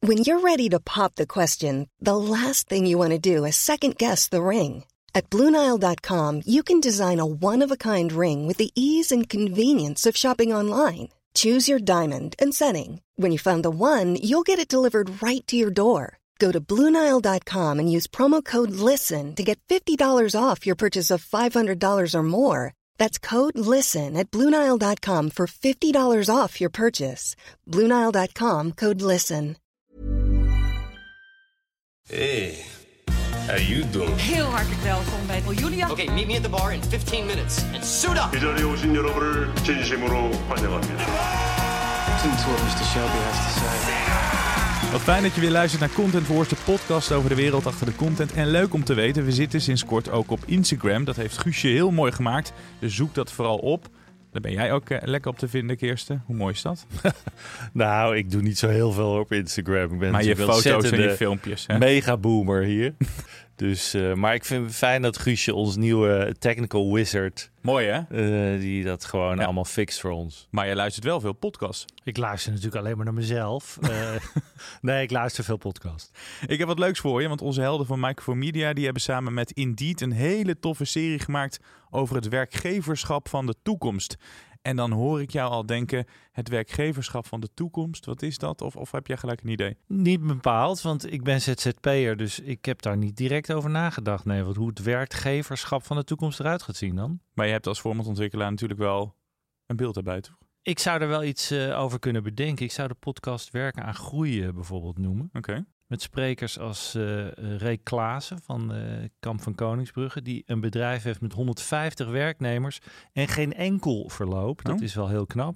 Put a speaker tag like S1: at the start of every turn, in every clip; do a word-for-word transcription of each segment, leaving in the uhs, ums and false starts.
S1: When you're ready to pop the question, the last thing you want to do is second-guess the ring. At Blue Nile dot com, you can design a one-of-a-kind ring with the ease and convenience of shopping online. Choose your diamond and setting. When you find the one, you'll get it delivered right to your door. Go to Blue Nile dot com and use promo code LISTEN to get fifty dollars off your purchase of five hundred dollars or more. That's code LISTEN at Blue Nile dot com for fifty dollars off your purchase. Blue Nile dot com, code LISTEN.
S2: Hey, how you doing?
S3: Heel hartelijk welkom bij Julia.
S4: Okay, meet me at the bar in fifteen minutes and suit up.
S5: 이 자리에 오신 여러분을 진심으로 환영합니다.
S6: Listen to what mister Shelby has to say.
S7: Wat fijn dat je weer luistert naar Content Wars, de podcast over de wereld achter de content. En leuk om te weten, we zitten sinds kort ook op Instagram. Dat heeft Guusje heel mooi gemaakt, dus zoek dat vooral op. Daar ben jij ook uh, lekker op te vinden, Kirsten. Hoe mooi is dat?
S8: Nou, ik doe niet zo heel veel op Instagram. Ik ben
S7: maar je foto's en je filmpjes. Hè?
S8: Mega boomer hier. Dus, uh, maar ik vind het fijn dat Guusje, ons nieuwe technical wizard...
S7: Mooi, hè?
S8: Uh, die dat gewoon ja. allemaal fixt voor ons.
S7: Maar je luistert wel veel podcasts.
S9: Ik luister natuurlijk alleen maar naar mezelf. uh, nee, ik luister veel podcasts.
S7: Ik heb wat leuks voor je, want onze helden van Microphone Media... die hebben samen met Indeed een hele toffe serie gemaakt... over het werkgeverschap van de toekomst. En dan hoor ik jou al denken, het werkgeverschap van de toekomst, wat is dat? Of, of heb jij gelijk een idee?
S9: Niet bepaald, want ik ben Z Z P'er, dus ik heb daar niet direct over nagedacht. Nee, wat, hoe het werkgeverschap van de toekomst eruit gaat zien dan.
S7: Maar je hebt als formaatontwikkelaar natuurlijk wel een beeld erbij, toch?
S9: Ik zou er wel iets uh, over kunnen bedenken. Ik zou de podcast Werken aan Groeien bijvoorbeeld noemen.
S7: Oké. Okay.
S9: Met sprekers als uh, Ray Klaassen van uh, Kamp van Koningsbrugge... die een bedrijf heeft met honderdvijftig werknemers en geen enkel verloop. Dat oh. is wel heel knap.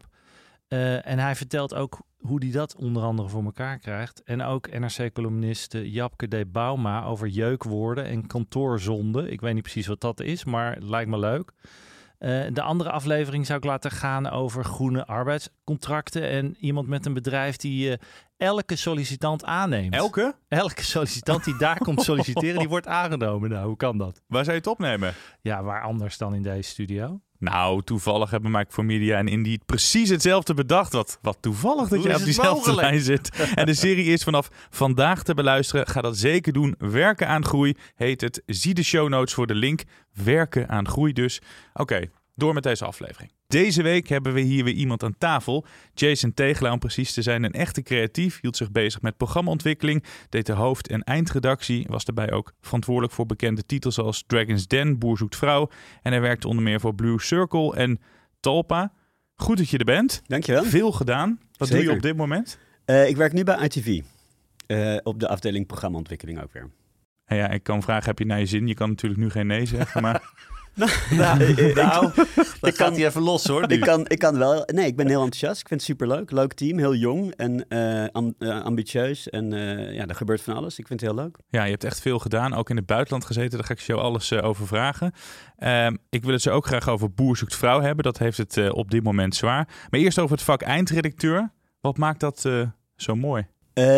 S9: Uh, en hij vertelt ook hoe hij dat onder andere voor elkaar krijgt. En ook N R C-columniste Japke D. Bauma over jeukwoorden en kantoorzonden. Ik weet niet precies wat dat is, maar het lijkt me leuk. Uh, de andere aflevering zou ik laten gaan over groene arbeidscontracten... en iemand met een bedrijf die uh, elke sollicitant aanneemt.
S7: Elke?
S9: Elke sollicitant die daar komt solliciteren, die wordt aangenomen. Nou, hoe kan dat?
S7: Waar zou je het opnemen?
S9: Ja, waar anders dan in deze studio?
S7: Nou, toevallig hebben Microphone Media en Indeed precies hetzelfde bedacht. Wat, wat toevallig dat
S9: Hoe
S7: je op diezelfde lijn zit. En de serie is vanaf vandaag te beluisteren. Ga dat zeker doen. Werken aan groei heet het. Zie de show notes voor de link. Werken aan groei dus. Oké, okay, door met deze aflevering. Deze week hebben we hier weer iemand aan tafel. Jason Tegelaar, om precies te zijn, een echte creatief. Hield zich bezig met programmaontwikkeling. Deed de hoofd- en eindredactie. Was daarbij ook verantwoordelijk voor bekende titels als Dragon's Den, Boer zoekt vrouw. En hij werkte onder meer voor Blue Circle en Talpa. Goed dat je er bent.
S10: Dankjewel.
S7: Veel gedaan. Wat
S10: Zeker.
S7: doe je op dit moment?
S10: Uh, ik werk nu bij I T V. Uh, op de afdeling programmaontwikkeling ook weer.
S7: En ja, ik kan vragen, heb je naar je zin? Je kan natuurlijk nu geen nee zeggen, maar...
S10: nou, nou, ik,
S8: nou
S10: ik,
S8: dat gaat hij even los hoor.
S10: Ik kan, ik kan wel. Nee, ik ben heel enthousiast. Ik vind het superleuk. Leuk team, heel jong en uh, am, uh, ambitieus. En uh, ja, er gebeurt van alles. Ik vind het heel leuk.
S7: Ja, je hebt echt veel gedaan. Ook in het buitenland gezeten. Daar ga ik jou alles uh, over vragen. Uh, ik wil het zo ook graag over Boer zoekt vrouw hebben. Dat heeft het uh, op dit moment zwaar. Maar eerst over het vak eindredacteur. Wat maakt dat uh, zo mooi?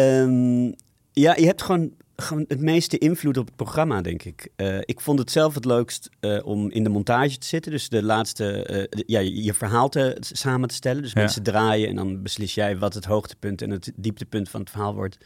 S10: Um, ja, je hebt gewoon... Gewoon het meeste invloed op het programma, denk ik. Uh, ik vond het zelf het leukst uh, om in de montage te zitten. Dus de laatste, uh, de, ja, je verhaal te, samen te stellen. Dus ja. mensen draaien en dan beslis jij wat het hoogtepunt en het dieptepunt van het verhaal wordt.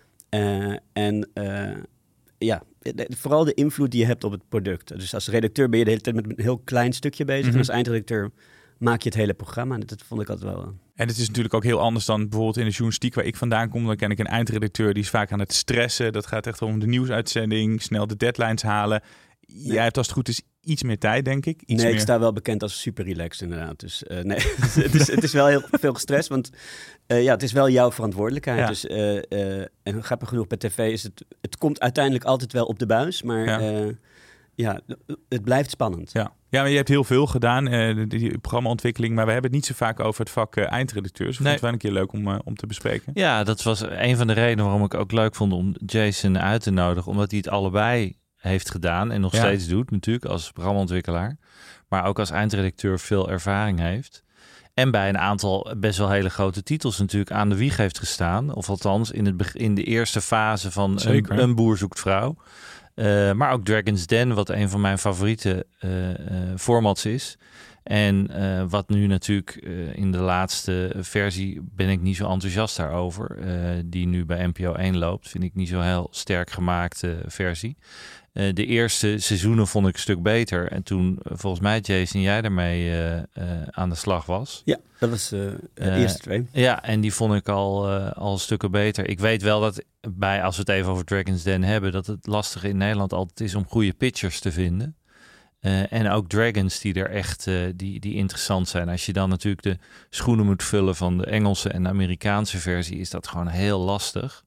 S10: Uh, en uh, ja, de, vooral de invloed die je hebt op het product. Dus als redacteur ben je de hele tijd met een heel klein stukje bezig. Mm-hmm. En als eindredacteur maak je het hele programma. En dat vond ik altijd wel...
S7: En het is natuurlijk ook heel anders dan bijvoorbeeld in de journalistiek waar ik vandaan kom. Dan ken ik een eindredacteur die is vaak aan het stressen. Dat gaat echt om de nieuwsuitzending, snel de deadlines halen. Nee. Jij hebt als het goed is iets meer tijd, denk ik. Iets
S10: nee,
S7: meer...
S10: ik sta wel bekend als super relaxed inderdaad. Dus uh, nee, het, is, het is wel heel veel gestrest, want uh, ja, het is wel jouw verantwoordelijkheid. Ja. Dus, uh, uh, en grappig genoeg, bij tv is het... Het komt uiteindelijk altijd wel op de buis, maar... Ja. Uh, Ja, het blijft spannend.
S7: Ja, ja, maar je hebt heel veel gedaan, uh, die programmaontwikkeling. Maar we hebben het niet zo vaak over het vak uh, eindredacteurs. Ik nee. vond het wel een keer leuk om, uh, om te bespreken.
S9: Ja, dat was een van de redenen waarom ik ook leuk vond om Jason uit te nodigen. Omdat hij het allebei heeft gedaan en nog ja. steeds doet natuurlijk als programmaontwikkelaar. Maar ook als eindredacteur veel ervaring heeft. En bij een aantal best wel hele grote titels natuurlijk aan de wieg heeft gestaan. Of althans in, het be- in de eerste fase van een, een boer zoekt vrouw. Uh, maar ook Dragon's Den, wat een van mijn favoriete uh, uh, formats is. En uh, wat nu natuurlijk uh, in de laatste versie ben ik niet zo enthousiast daarover. Uh, die nu bij N P O één loopt, vind ik niet zo heel sterk gemaakte versie. Uh, de eerste seizoenen vond ik een stuk beter. En toen, uh, volgens mij, Jason, jij daarmee uh, uh, aan de slag was.
S10: Ja, dat was uh, de uh, eerste twee.
S9: Ja, en die vond ik al, uh, al stukken beter. Ik weet wel dat, bij, als we het even over Dragon's Den hebben, dat het lastige in Nederland altijd is om goede pitchers te vinden. Uh, en ook dragons die er echt uh, die, die interessant zijn. Als je dan natuurlijk de schoenen moet vullen van de Engelse en de Amerikaanse versie, is dat gewoon heel lastig.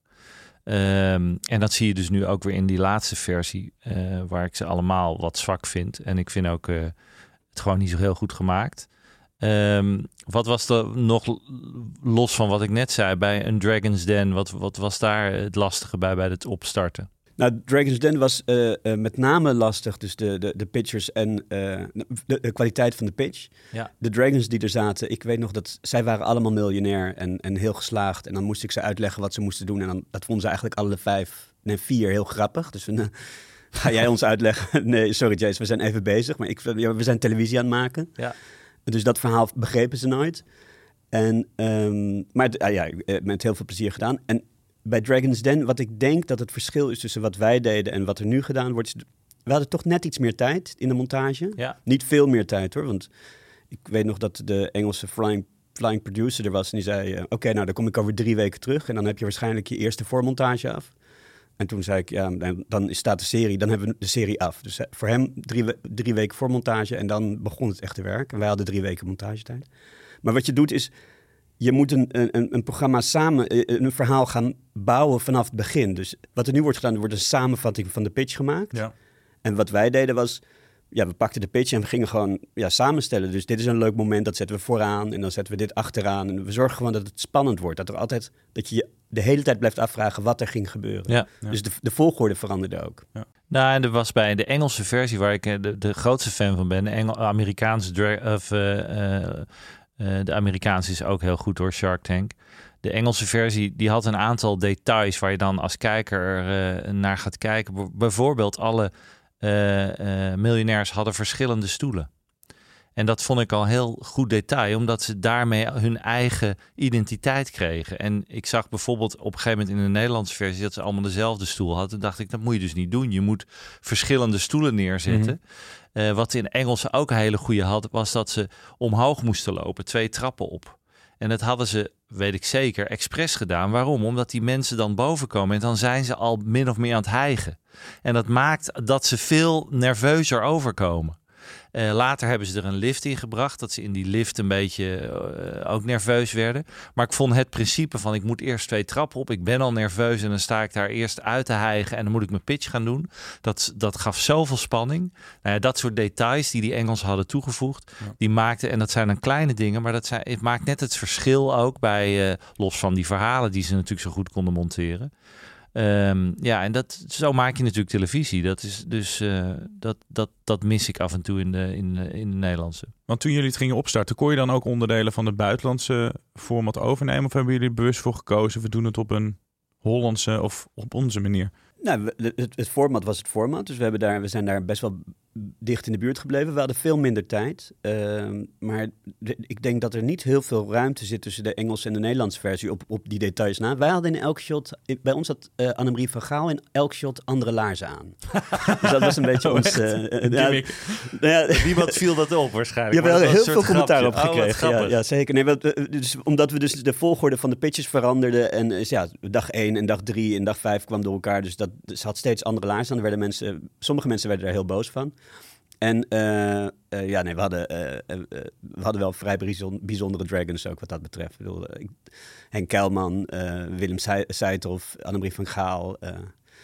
S9: Um, en dat zie je dus nu ook weer in die laatste versie, uh, waar ik ze allemaal wat zwak vind. En ik vind ook uh, het gewoon niet zo heel goed gemaakt. Um, wat was er nog, los van wat ik net zei, bij een Dragon's Den, wat, wat was daar het lastige bij bij het opstarten?
S10: Nou, Dragon's Den was uh, uh, met name lastig, dus de, de, de pitchers en uh, de, de kwaliteit van de pitch.
S9: Ja.
S10: De Dragons die er zaten, ik weet nog dat zij waren allemaal miljonair en, en heel geslaagd. En dan moest ik ze uitleggen wat ze moesten doen. En dan, dat vonden ze eigenlijk alle vijf, nee vier heel grappig. Dus uh, ga jij ons uitleggen? Nee, sorry Jace, we zijn even bezig. Maar ik, ja, we zijn televisie aan het maken.
S9: Ja.
S10: Dus dat verhaal begrepen ze nooit. En, um, maar uh, ja, met heel veel plezier gedaan. En bij Dragon's Den, wat ik denk dat het verschil is tussen wat wij deden en wat er nu gedaan wordt, is, we hadden toch net iets meer tijd in de montage.
S9: Ja.
S10: Niet veel meer tijd hoor, want ik weet nog dat de Engelse flying, flying producer er was en die zei, uh, oké, okay, nou dan kom ik over drie weken terug en dan heb je waarschijnlijk je eerste voormontage af. En toen zei ik, ja, dan staat de serie, dan hebben we de serie af. Dus voor hem drie, drie weken voormontage en dan begon het echte werk. En wij hadden drie weken montagetijd. Maar wat je doet is, je moet een, een, een programma samen, een verhaal gaan bouwen vanaf het begin. Dus wat er nu wordt gedaan, er wordt een samenvatting van de pitch gemaakt.
S7: Ja.
S10: En wat wij deden was, ja, we pakten de pitch en we gingen gewoon ja, samenstellen. Dus dit is een leuk moment, dat zetten we vooraan en dan zetten we dit achteraan. En we zorgen gewoon dat het spannend wordt. Dat er altijd, dat je de hele tijd blijft afvragen wat er ging gebeuren.
S9: Ja.
S10: Ja. Dus de, de volgorde veranderde ook.
S9: Ja. Nou, en er was bij de Engelse versie, waar ik de, de grootste fan van ben, de Engel, Amerikaanse dra- of uh, uh, Uh, de Amerikaanse is ook heel goed door Shark Tank. De Engelse versie die had een aantal details waar je dan als kijker uh, naar gaat kijken. B- bijvoorbeeld alle uh, uh, miljonairs hadden verschillende stoelen. En dat vond ik al heel goed detail, omdat ze daarmee hun eigen identiteit kregen. En ik zag bijvoorbeeld op een gegeven moment in de Nederlandse versie dat ze allemaal dezelfde stoel hadden. Toen dacht ik, dat moet je dus niet doen. Je moet verschillende stoelen neerzetten. Mm-hmm. Uh, wat in Engelse ook een hele goede had, was dat ze omhoog moesten lopen, twee trappen op. En dat hadden ze, weet ik zeker, expres gedaan. Waarom? Omdat die mensen dan boven komen en dan zijn ze al min of meer aan het hijgen. En dat maakt dat ze veel nerveuzer overkomen. Uh, later hebben ze er een lift in gebracht, dat ze in die lift een beetje uh, ook nerveus werden. Maar ik vond het principe van ik moet eerst twee trappen op, ik ben al nerveus en dan sta ik daar eerst uit te hijgen en dan moet ik mijn pitch gaan doen. Dat, dat gaf zoveel spanning. Nou ja, dat soort details die die Engelsen hadden toegevoegd, ja. die maakten, en dat zijn dan kleine dingen, maar dat zijn, het maakt net het verschil ook bij, uh, los van die verhalen die ze natuurlijk zo goed konden monteren. Um, ja, en dat, zo maak je natuurlijk televisie. Dat is dus uh, dat, dat, dat mis ik af en toe in de, in, de, in de Nederlandse.
S7: Want toen jullie het gingen opstarten, kon je dan ook onderdelen van het buitenlandse format overnemen? Of hebben jullie bewust voor gekozen, we doen het op een Hollandse of op onze manier?
S10: Nou, het, het format was het format. Dus we, hebben daar, we zijn daar best wel dicht in de buurt gebleven. We hadden veel minder tijd. Uh, maar de, ik denk dat er niet heel veel ruimte zit tussen de Engelse en de Nederlandse versie op, op die details na. Wij hadden in elk shot, bij ons had uh, Annemarie van Gaal in elk shot andere laarzen aan. Dus dat was een beetje
S9: oh,
S10: ons... Uh, uh, ja,
S9: ja, niemand viel dat op waarschijnlijk.
S10: Je hebt wel heel veel commentaar op
S9: oh,
S10: gekregen. Ja, ja, zeker. Nee, we, dus, omdat we dus de volgorde van de pitches veranderden. En dus ja, dag één en dag drie en dag vijf kwam door elkaar. Dus dat dus had steeds andere laarzen aan. Er werden mensen, sommige mensen werden daar heel boos van. En uh, uh, ja, nee, we hadden, uh, uh, we hadden wel vrij bijzondere dragons ook wat dat betreft. Ik bedoel, uh, Henk Kuilman, uh, Willem Seithoff, Annemarie van Gaal. Uh,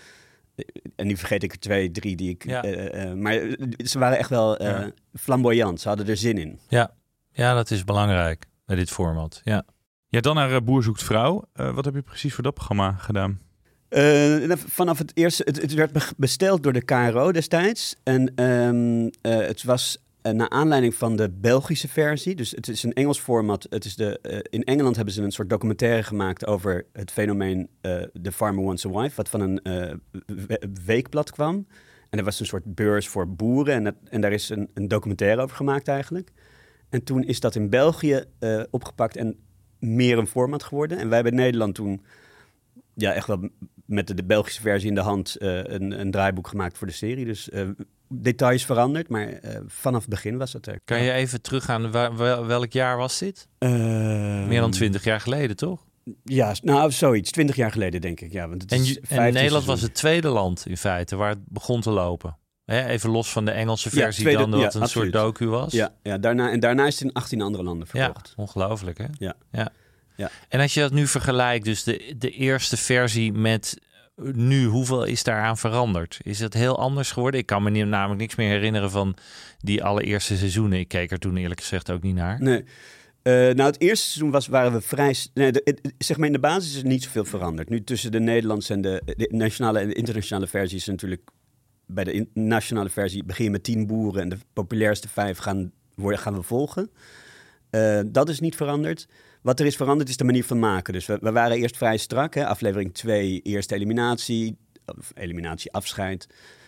S10: en nu vergeet ik er twee, drie die ik... Ja. Uh, uh, maar ze waren echt wel uh, ja. flamboyant. Ze hadden er zin in.
S9: Ja. ja, dat is belangrijk bij dit format. Ja,
S7: ja dan naar uh, Boer zoekt vrouw. Uh, wat heb je precies voor dat programma gedaan?
S10: Uh, vanaf het eerste, het, het werd besteld door de K R O destijds. En um, uh, het was uh, naar aanleiding van de Belgische versie. Dus het is een Engels format. Het is de, uh, in Engeland hebben ze een soort documentaire gemaakt over het fenomeen uh, The Farmer Wants a Wife, wat van een uh, we- weekblad kwam. En er was een soort beurs voor boeren en, dat, en daar is een, een documentaire over gemaakt eigenlijk. En toen is dat in België uh, opgepakt en meer een format geworden. En wij hebben in Nederland toen ja, echt wel met de, de Belgische versie in de hand uh, een, een draaiboek gemaakt voor de serie. Dus uh, details veranderd, maar uh, vanaf het begin was het er.
S9: Kan je even teruggaan, waar, wel, welk jaar was dit?
S10: Uh,
S9: meer dan twintig jaar geleden, toch?
S10: Ja, nou zoiets. Twintig jaar geleden, denk ik. Ja, want het
S9: en,
S10: is
S9: en Nederland seizoen. Was het tweede land in feite waar het begon te lopen. Hè, even los van de Engelse versie ja, tweede, dan, wat ja, een absoluut. soort docu was.
S10: Ja, ja daarna, en daarna is het in achttien andere landen verkocht.
S9: Ja, ongelooflijk hè?
S10: Ja.
S9: ja.
S10: ja.
S9: En als je dat nu vergelijkt, dus de, de eerste versie met nu, hoeveel is daaraan veranderd? Is het heel anders geworden? Ik kan me namelijk niks meer herinneren van die allereerste seizoenen. Ik keek er toen eerlijk gezegd ook niet naar.
S10: Nee. Uh, nou, het eerste seizoen was, waren we vrij... Nee, de, het, zeg maar in de basis is er niet zoveel veranderd. Nu tussen de Nederlandse en de, de nationale en de internationale versie is natuurlijk... Bij de in, nationale versie begin je met tien boeren en de populairste vijf gaan, worden, gaan we volgen. Uh, dat is niet veranderd. Wat er is veranderd is de manier van maken. Dus we, we waren eerst vrij strak. Hè? Aflevering twee, eerste eliminatie. Of eliminatie, afscheid.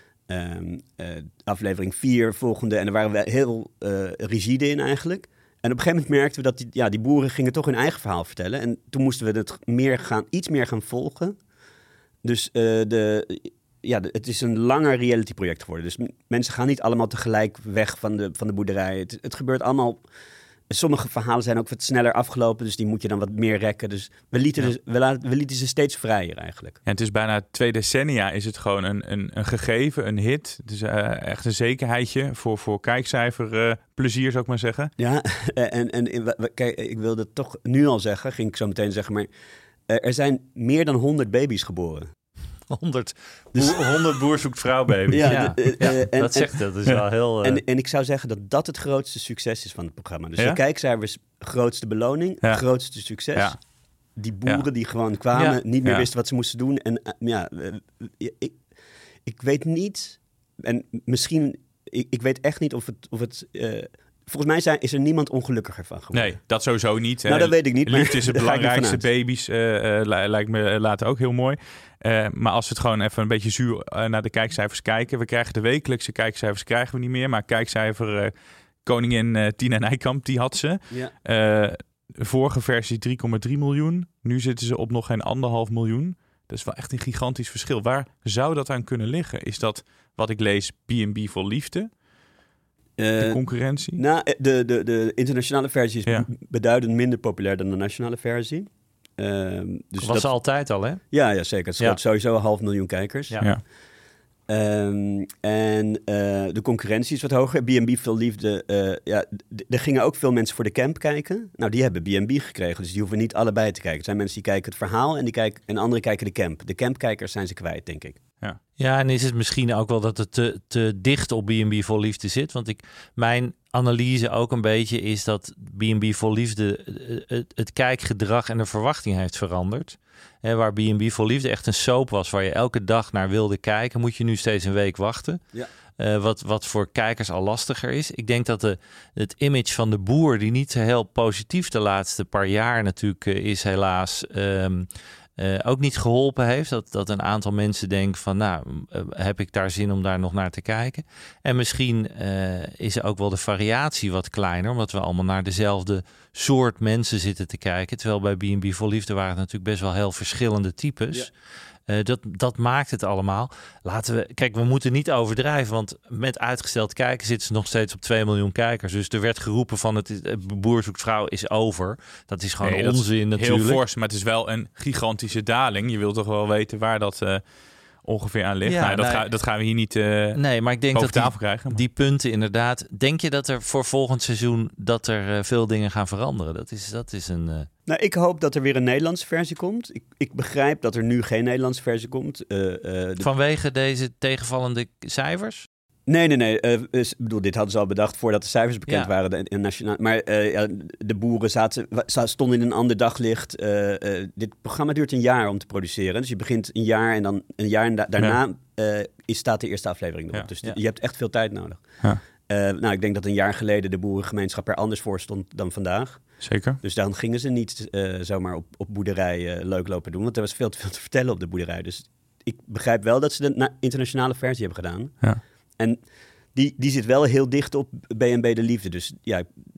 S10: Um, uh, aflevering vier, volgende. En daar waren we heel uh, rigide in eigenlijk. En op een gegeven moment merkten we dat die, ja, die boeren gingen toch hun eigen verhaal vertellen. En toen moesten we het meer gaan, iets meer gaan volgen. Dus uh, de, ja, de, het is een langer reality project geworden. Dus m- mensen gaan niet allemaal tegelijk weg van de, van de boerderij. Het, het gebeurt allemaal... Sommige verhalen zijn ook wat sneller afgelopen, dus die moet je dan wat meer rekken. Dus we lieten, ja. dus, we, laten, we lieten ze steeds vrijer eigenlijk.
S7: En het is bijna twee decennia is het gewoon een, een, een gegeven, een hit. Het is uh, echt een zekerheidje voor, voor kijkcijfer uh, plezier, zou ik maar zeggen.
S10: Ja, en, en kijk, ik wilde toch nu al zeggen, ging ik zo meteen zeggen, maar uh, er zijn meer dan honderd baby's geboren.
S9: honderd, dus, honderd boer zoekt vrouw baby.
S10: Ja,
S9: ja.
S10: De, uh,
S9: ja
S10: en,
S9: dat zegt dat is ja. wel heel... Uh...
S10: En, en ik zou zeggen dat dat het grootste succes is van het programma. Dus
S7: ja?
S10: de kijkcijfers, grootste beloning, ja. grootste succes. Ja. Die boeren ja. die gewoon kwamen, ja. niet meer ja. wisten wat ze moesten doen. En uh, ja, uh, ik, ik weet niet, en misschien, ik, ik weet echt niet of het... Of het uh, Volgens mij zijn, is er niemand ongelukkiger van geworden.
S7: Nee, dat sowieso niet.
S10: Nou, dat weet ik niet.
S7: Liefde is het belangrijkste. Baby's uh, uh, lijkt me later ook heel mooi. Uh, maar als we het gewoon even een beetje zuur uh, naar de kijkcijfers kijken. We krijgen de wekelijkse kijkcijfers krijgen we niet meer. Maar kijkcijfer uh, koningin uh, Tina Nijkamp, die had ze.
S10: Ja.
S7: Uh, vorige versie drie komma drie miljoen. Nu zitten ze op nog geen anderhalf miljoen. Dat is wel echt een gigantisch verschil. Waar zou dat aan kunnen liggen? Is dat, wat ik lees, B en B vol liefde? De concurrentie?
S10: Uh, nou, de, de, de internationale versie is ja. beduidend minder populair dan de nationale versie. Uh, dus
S9: was
S10: dat...
S9: altijd al, hè?
S10: Ja, ja zeker. Het scheelt ja. sowieso een half miljoen kijkers.
S7: Ja. Ja.
S10: Um, en uh, de concurrentie is wat hoger. B en B veel liefde. Uh, ja, d- er gingen ook veel mensen voor de camp kijken. Nou, die hebben B en B gekregen. Dus die hoeven niet allebei te kijken. Er zijn mensen die kijken het verhaal en, die kijken, en anderen kijken de camp. De campkijkers zijn ze kwijt, denk ik.
S7: Ja.
S9: Ja, en is het misschien ook wel dat het te, te dicht op B en B vol liefde zit? Want ik, mijn analyse ook een beetje is dat B en B vol liefde het, het kijkgedrag en de verwachting heeft veranderd. He, waar B en B vol liefde echt een soap was waar je elke dag naar wilde kijken, moet je nu steeds een week wachten.
S10: Ja.
S9: Uh, wat, wat voor kijkers al lastiger is. Ik denk dat de, het image van de boer, die niet heel positief de laatste paar jaar natuurlijk uh, is helaas... Um, Uh, ook niet geholpen heeft. Dat, dat een aantal mensen denken van... nou, uh, heb ik daar zin om daar nog naar te kijken? En misschien uh, is er ook wel de variatie wat kleiner... omdat we allemaal naar dezelfde soort mensen zitten te kijken. Terwijl bij B en B vol liefde waren het natuurlijk best wel heel verschillende types... Ja. Uh, dat, dat maakt het allemaal. Laten we, kijk, we moeten niet overdrijven, want met uitgesteld kijken zitten ze nog steeds op twee miljoen kijkers. Dus er werd geroepen van het, het boer zoekt vrouw is over. Dat is gewoon nee, onzin natuurlijk.
S7: Heel fors, maar het is wel een gigantische daling. Je wilt toch wel weten waar dat uh, ongeveer aan ligt. Ja, nou, dat, nee, ga, dat gaan we hier niet uh,
S9: nee, maar ik denk
S7: boven
S9: dat
S7: tafel
S9: die,
S7: krijgen. Maar.
S9: Die punten inderdaad. Denk je dat er voor volgend seizoen dat er uh, veel dingen gaan veranderen? Dat is, dat is een... Uh,
S10: Nou, ik hoop dat er weer een Nederlandse versie komt. Ik, ik begrijp dat er nu geen Nederlandse versie komt. Uh, uh, de...
S9: Vanwege deze tegenvallende cijfers?
S10: Nee, nee, nee. Uh, ik bedoel, dit hadden ze al bedacht voordat de cijfers bekend ja. waren. De, de nationaal... Maar uh, ja, de boeren zaten, stonden in een ander daglicht. Uh, uh, dit programma duurt een jaar om te produceren. Dus je begint een jaar en dan een jaar en da- daarna ja. uh, is, staat de eerste aflevering erop. Ja. Dus ja. je hebt echt veel tijd nodig. Ja. Uh, nou, ik denk dat een jaar geleden de boerengemeenschap er anders voor stond dan vandaag.
S7: Zeker.
S10: Dus dan gingen ze niet uh, zomaar op, op boerderij uh, leuk lopen doen. Want er was veel te veel te vertellen op de boerderij. Dus ik begrijp wel dat ze de na- internationale versie hebben gedaan.
S7: Ja.
S10: En die, die zit wel heel dicht op B en B de liefde. Dus ja,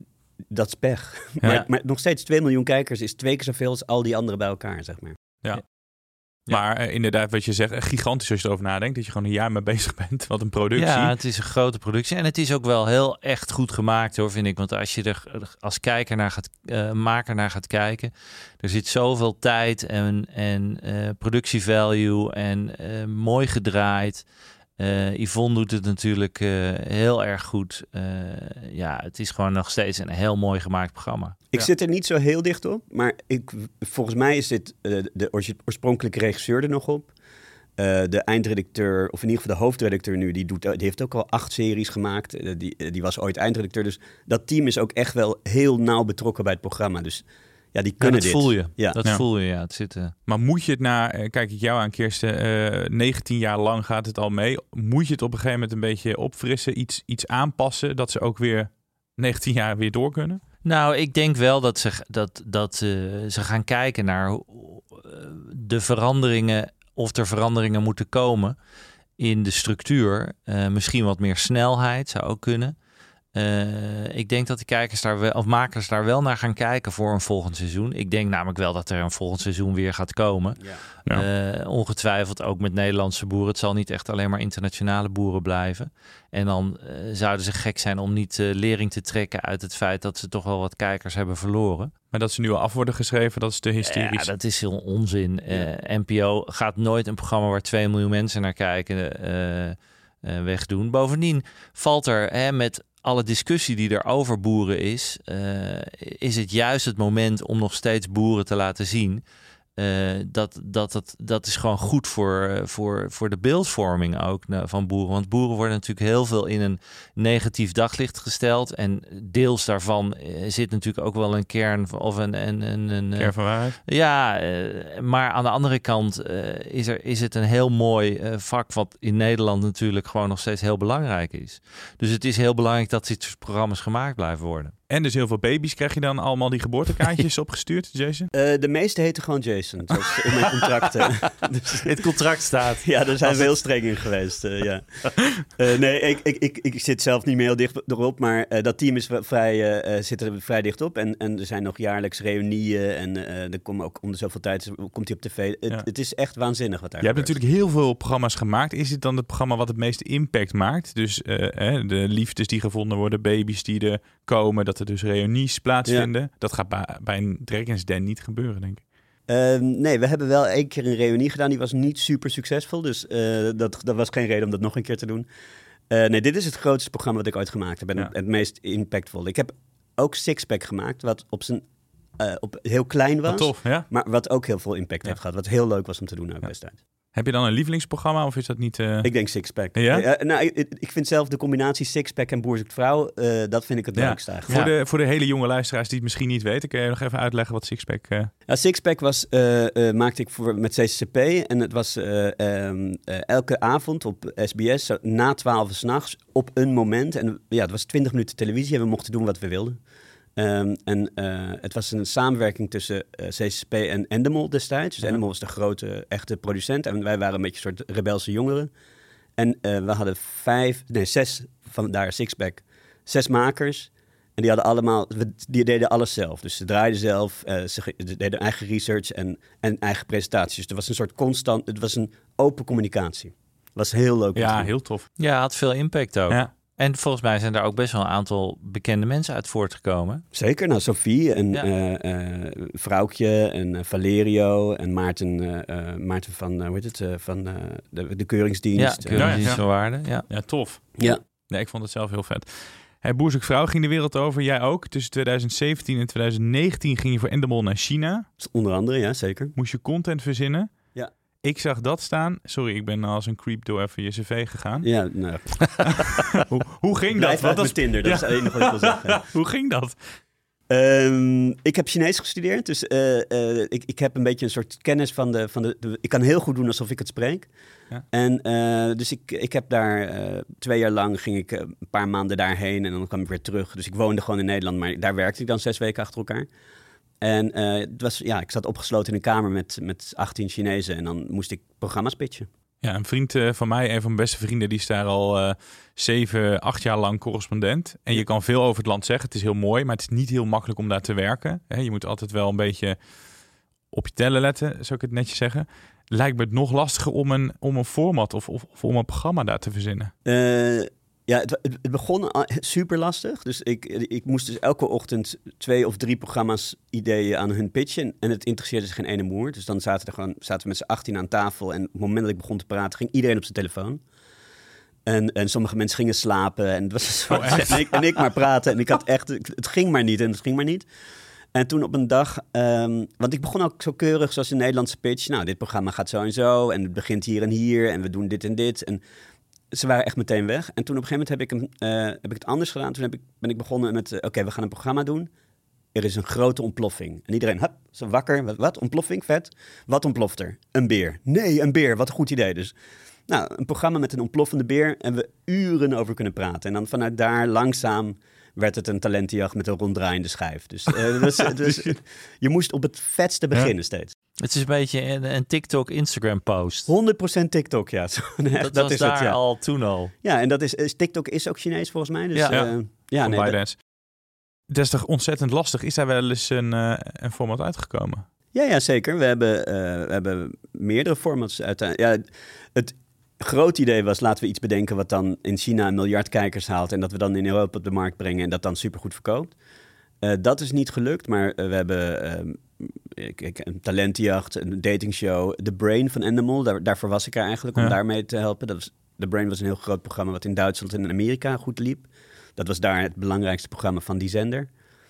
S10: dat is pech.
S7: Ja.
S10: Maar, maar nog steeds twee miljoen kijkers is twee keer zoveel als al die anderen bij elkaar, zeg maar.
S7: Ja.
S9: Ja.
S7: Maar uh, inderdaad, wat je zegt, gigantisch als je erover nadenkt. Dat je gewoon een jaar mee bezig bent. Wat een productie.
S9: Ja, het is een grote productie. En het is ook wel heel echt goed gemaakt, hoor, vind ik. Want als je er als kijker naar gaat, uh, maker naar gaat kijken, er zit zoveel tijd en, en uh, productievalue en uh, mooi gedraaid. Uh, Yvonne doet het natuurlijk uh, heel erg goed. Uh, ja, het is gewoon nog steeds een heel mooi gemaakt programma.
S10: Ik
S7: Ja.
S10: zit er niet zo heel dicht op, maar ik, volgens mij is dit uh, de oors- oorspronkelijke regisseur er nog op. Uh, de eindredacteur, of in ieder geval de hoofdredacteur nu, die, doet, die heeft ook al acht series gemaakt. Uh, die, uh, die was ooit eindredacteur. Dus dat team is ook echt wel heel nauw betrokken bij het programma. Dus ja, die
S9: Ja,
S10: kunnen
S9: dat
S10: dit.
S9: voel je.
S10: Ja.
S9: Dat
S7: Ja.
S9: voel je, ja. Het zit, uh...
S7: Maar moet je het na, eh, kijk ik jou aan, Kirsten, uh, negentien jaar lang gaat het al mee. Moet je het op een gegeven moment een beetje opfrissen, iets, iets aanpassen, dat ze ook weer negentien jaar weer door kunnen?
S9: Nou, ik denk wel dat ze, dat, dat, uh, ze gaan kijken naar uh, de veranderingen, of er veranderingen moeten komen in de structuur. Uh, misschien wat meer snelheid zou ook kunnen. Uh, ik denk dat de kijkers daar wel, of makers daar wel naar gaan kijken voor een volgend seizoen. Ik denk namelijk wel dat er een volgend seizoen weer gaat komen.
S10: Ja.
S7: Ja.
S9: Uh, ongetwijfeld ook met Nederlandse boeren. Het zal niet echt alleen maar internationale boeren blijven. En dan uh, zouden ze gek zijn om niet uh, lering te trekken uit het feit dat ze toch wel wat kijkers hebben verloren.
S7: Maar dat ze nu al af worden geschreven, dat is te hysterisch.
S9: Ja, dat is heel onzin. Uh, N P O gaat nooit een programma waar twee miljoen mensen naar kijken uh, uh, wegdoen. Bovendien valt er hè, met alle discussie die er over boeren is, uh, is het juist het moment om nog steeds boeren te laten zien. Uh, dat, dat, dat, dat is gewoon goed voor, voor, voor de beeldvorming ook uh, van boeren. Want boeren worden natuurlijk heel veel in een negatief daglicht gesteld. En deels daarvan uh, zit natuurlijk ook wel een kern of een... een, een, een
S7: Kern van waarheid.
S9: Ja, uh, maar aan de andere kant uh, is, er, is het een heel mooi uh, vak wat in Nederland natuurlijk gewoon nog steeds heel belangrijk is. Dus het is heel belangrijk dat dit soort programma's gemaakt blijven worden.
S7: En dus heel veel baby's. Krijg je dan allemaal die geboortekaartjes opgestuurd, Jason?
S10: Uh, de meeste heten gewoon Jason, zoals in mijn contracten. Dus,
S9: het contract staat.
S10: Ja, daar zijn we heel streng in geweest. Uh, ja. uh, nee, ik, ik, ik, ik zit zelf niet meer heel dicht erop, maar uh, dat team is vrij, uh, zit er vrij dicht op. En, en er zijn nog jaarlijks reunieën en uh, er komen ook om de zoveel tijd komt hij op tv. Het,
S7: Ja.
S10: het is echt waanzinnig wat daar
S7: Je hebt
S10: gebeurt.
S7: natuurlijk heel veel programma's gemaakt. Is dit dan het programma wat het meeste impact maakt? Dus uh, hè, de liefdes die gevonden worden, baby's die er komen, dat er dus reunies plaatsvinden. Ja. Dat gaat bij, bij een Dragons Den niet gebeuren, denk ik.
S10: Uh, nee, we hebben wel één keer een reunie gedaan. Die was niet super succesvol. Dus uh, dat, dat was geen reden om dat nog een keer te doen. Uh, nee, dit is het grootste programma wat ik ooit gemaakt heb. En ja. het, het meest impactful. Ik heb ook Sixpack gemaakt, wat op zijn uh, op heel klein was.
S7: Wat tof, ja.
S10: Maar wat ook heel veel impact
S7: ja.
S10: heeft gehad. Wat heel leuk was om te doen ook
S7: ja.
S10: destijds.
S7: Heb je dan een lievelingsprogramma of is dat niet... Uh...
S10: Ik denk Sixpack.
S7: Ja?
S10: Uh, nou, ik, ik vind zelf de combinatie Sixpack en Boer zoekt vrouw, uh, dat vind ik het
S7: ja.
S10: leukste eigenlijk.
S7: Voor,
S10: ja.
S7: de, voor de hele jonge luisteraars die het misschien niet weten, kun je nog even uitleggen wat Sixpack... Uh...
S10: Ja, Sixpack was, uh, uh, maakte ik voor, met C C C P en het was uh, um, uh, elke avond op S B S zo, na twaalf uur 's nachts op een moment. En ja, het was twintig minuten televisie en we mochten doen wat we wilden. Um, en uh, het was een samenwerking tussen uh, C C C P en Endemol destijds. Dus ja. Endemol was de grote, echte producent. En wij waren een beetje een soort rebelse jongeren. En uh, we hadden vijf, nee, zes, van daar Sixpack, zes makers. En die hadden allemaal, die deden alles zelf. Dus ze draaiden zelf, uh, ze deden eigen research en, en eigen presentaties. Dus er was een soort constant, het was een open communicatie. Het was heel leuk.
S7: Ja, heel tof.
S9: Ja, had veel impact ook.
S7: Ja.
S9: En volgens mij zijn daar ook best wel een aantal bekende mensen uit voortgekomen.
S10: Zeker, nou Sophie en
S9: ja.
S10: uh, uh, Vrouwtje en uh, Valerio en Maarten, uh, uh, Maarten van, uh, hoe heet het, uh, van uh, de, de Keuringsdienst.
S9: Ja, Keuringsdienst
S7: ja,
S9: van Waarde. Ja.
S7: ja, tof.
S10: Ja.
S7: Nee, ik vond het zelf heel vet. Hey, Boer zoekt vrouw ging de wereld over, jij ook. Tussen twintig zeventien en twintig negentien ging je voor Endemol naar China.
S10: Onder andere, ja, zeker.
S7: Moest je content verzinnen.
S10: Ja.
S7: Ik zag dat staan. Sorry, ik ben als een creep door even je cv gegaan.
S10: Ja, nou.
S7: hoe, hoe ging
S10: Blijf
S7: dat?
S10: Wat met Tinder, dat ja. is het enige wat ik wil zeggen.
S7: Hoe ging dat?
S10: Um, ik heb Chinees gestudeerd, dus uh, uh, ik, ik heb een beetje een soort kennis van de... Van de, de ik kan heel goed doen alsof ik het spreek. Ja. En uh, dus ik, ik heb daar uh, twee jaar lang, ging ik uh, een paar maanden daarheen en dan kwam ik weer terug. Dus ik woonde gewoon in Nederland, maar daar werkte ik dan zes weken achter elkaar. En uh, het was, ja, ik zat opgesloten in een kamer met, met achttien Chinezen en dan moest ik programma's pitchen.
S7: Ja, een vriend uh, van mij, een van mijn beste vrienden, die is daar al uh, zeven, acht jaar lang correspondent. En je kan veel over het land zeggen. Het is heel mooi, maar het is niet heel makkelijk om daar te werken. He, je moet altijd wel een beetje op je tellen letten, zou ik het netjes zeggen. Lijkt me het nog lastiger om een, om een format of, of, of om een programma daar te verzinnen.
S10: Uh, ja, het, het begon super lastig. Dus ik, ik moest dus elke ochtend twee of drie programma's ideeën aan hun pitchen. En het interesseerde zich geen ene moer. Dus dan zaten, er gewoon, zaten we met z'n achttien aan tafel. En op het moment dat ik begon te praten, ging iedereen op zijn telefoon. En, en sommige mensen gingen slapen. En, het was zo, oh, en, ik, en ik maar praten. En ik had echt, het ging maar niet en het ging maar niet. En toen op een dag, um, want ik begon ook zo keurig zoals een Nederlandse pitch. Nou, dit programma gaat zo en zo en het begint hier en hier en we doen dit en dit. En ze waren echt meteen weg. En toen op een gegeven moment heb ik, hem, uh, heb ik het anders gedaan. Toen heb ik, ben ik begonnen met, uh, oké, okay, we gaan een programma doen. Er is een grote ontploffing. En iedereen, hup, zo wakker. Wat, wat? Ontploffing? Vet. Wat ontploft er? Een beer. Nee, een beer. Wat een goed idee dus. Nou, een programma met een ontploffende beer en we uren over kunnen praten. En dan vanuit daar langzaam werd het een talentenjacht met een ronddraaiende schijf. Dus, uh, dus, dus je moest op het vetste beginnen ja. steeds.
S9: Het is een beetje een, een TikTok-Instagram-post.
S10: honderd procent TikTok, ja. Zo, nee,
S9: dat, dat was
S10: is
S9: daar
S10: het, ja.
S9: al toen al.
S10: Ja, en dat is, is TikTok is ook Chinees volgens mij. Dus,
S7: ja,
S10: uh,
S7: ja.
S10: ja nee,
S7: dat... dat is toch ontzettend lastig. Is daar wel eens een, uh, een format uitgekomen?
S10: Ja, ja zeker. We hebben, uh, we hebben meerdere formats uiteindelijk. Ja, het groot idee was, laten we iets bedenken wat dan in China een miljard kijkers haalt en dat we dan in Europa op de markt brengen en dat dan supergoed verkoopt. Uh, dat is niet gelukt, maar uh, we hebben uh, kijk, een talentenjacht, een datingshow. The Brain van Endemol, daar, daarvoor was ik er eigenlijk om ja. daarmee te helpen. Dat was, The Brain was een heel groot programma wat in Duitsland en in Amerika goed liep. Dat was daar het belangrijkste programma van die zender.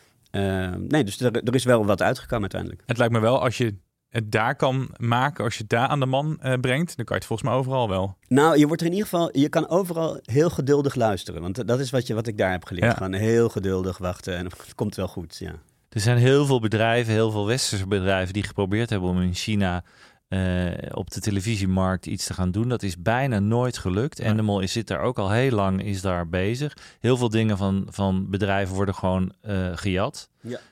S10: Uh, nee, dus er, er is wel wat uitgekomen uiteindelijk.
S7: Het lijkt me wel, als je het daar kan maken, als je het daar aan de man uh, brengt, dan kan je het volgens mij overal wel.
S10: Nou, je wordt er in ieder geval, je kan overal heel geduldig luisteren. Want dat is wat, je, wat ik daar heb geleerd. Ja. Gewoon heel geduldig wachten en het komt wel goed, ja.
S9: Er zijn heel veel bedrijven, heel veel westerse bedrijven die geprobeerd hebben om in China uh, op de televisiemarkt iets te gaan doen. Dat is bijna nooit gelukt. Ja. Endemol is, zit daar ook al heel lang, is daar bezig. Heel veel dingen van, van bedrijven worden gewoon uh, gejat.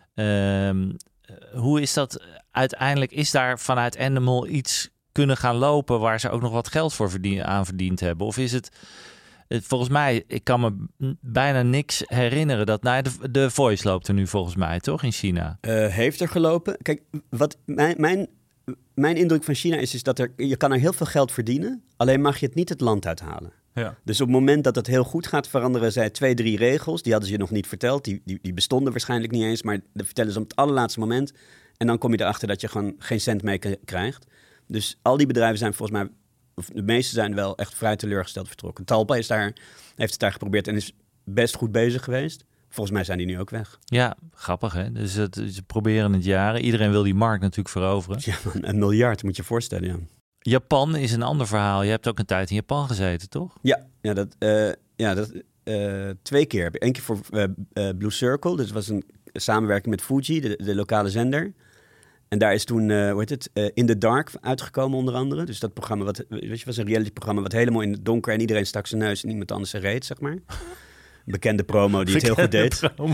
S9: Ja. Um, Hoe is dat uiteindelijk? Is daar vanuit Endemol iets kunnen gaan lopen waar ze ook nog wat geld voor verdien, aan verdiend hebben? Of is het, volgens mij, ik kan me bijna niks herinneren dat, nou, de, de Voice loopt er nu volgens mij, toch, in China?
S10: Uh, heeft er gelopen. Kijk, wat mijn, mijn, mijn indruk van China is, is dat er, je kan er heel veel geld verdienen, alleen mag je het niet het land uithalen. Ja. Dus op het moment dat het heel goed gaat, veranderen zij twee, drie regels. Die hadden ze je nog niet verteld. Die, die, die bestonden waarschijnlijk niet eens. Maar dat vertellen ze op het allerlaatste moment. En dan kom je erachter dat je gewoon geen cent mee k- krijgt. Dus al die bedrijven zijn volgens mij, of de meeste zijn wel echt vrij teleurgesteld vertrokken. Talpa is daar, heeft het daar geprobeerd en is best goed bezig geweest. Volgens mij zijn die nu ook weg.
S9: Ja, grappig hè. Dus het, ze proberen het jaren. Iedereen wil die markt natuurlijk veroveren.
S10: Ja, een miljard moet je je voorstellen, ja.
S9: Japan is een ander verhaal. Je hebt ook een tijd in Japan gezeten, toch?
S10: Ja, ja dat, uh, ja, dat uh, twee keer. Eén keer voor uh, uh, Blue Circle. Dus het was een samenwerking met Fuji, de, de lokale zender. En daar is toen, uh, hoe heet het, uh, In the Dark uitgekomen onder andere. Dus dat programma, wat, weet je, was een reality-programma wat helemaal in het donker en iedereen stak zijn neus en niemand anders zijn reet, zeg maar. Een bekende promo die bekende het heel goed deed.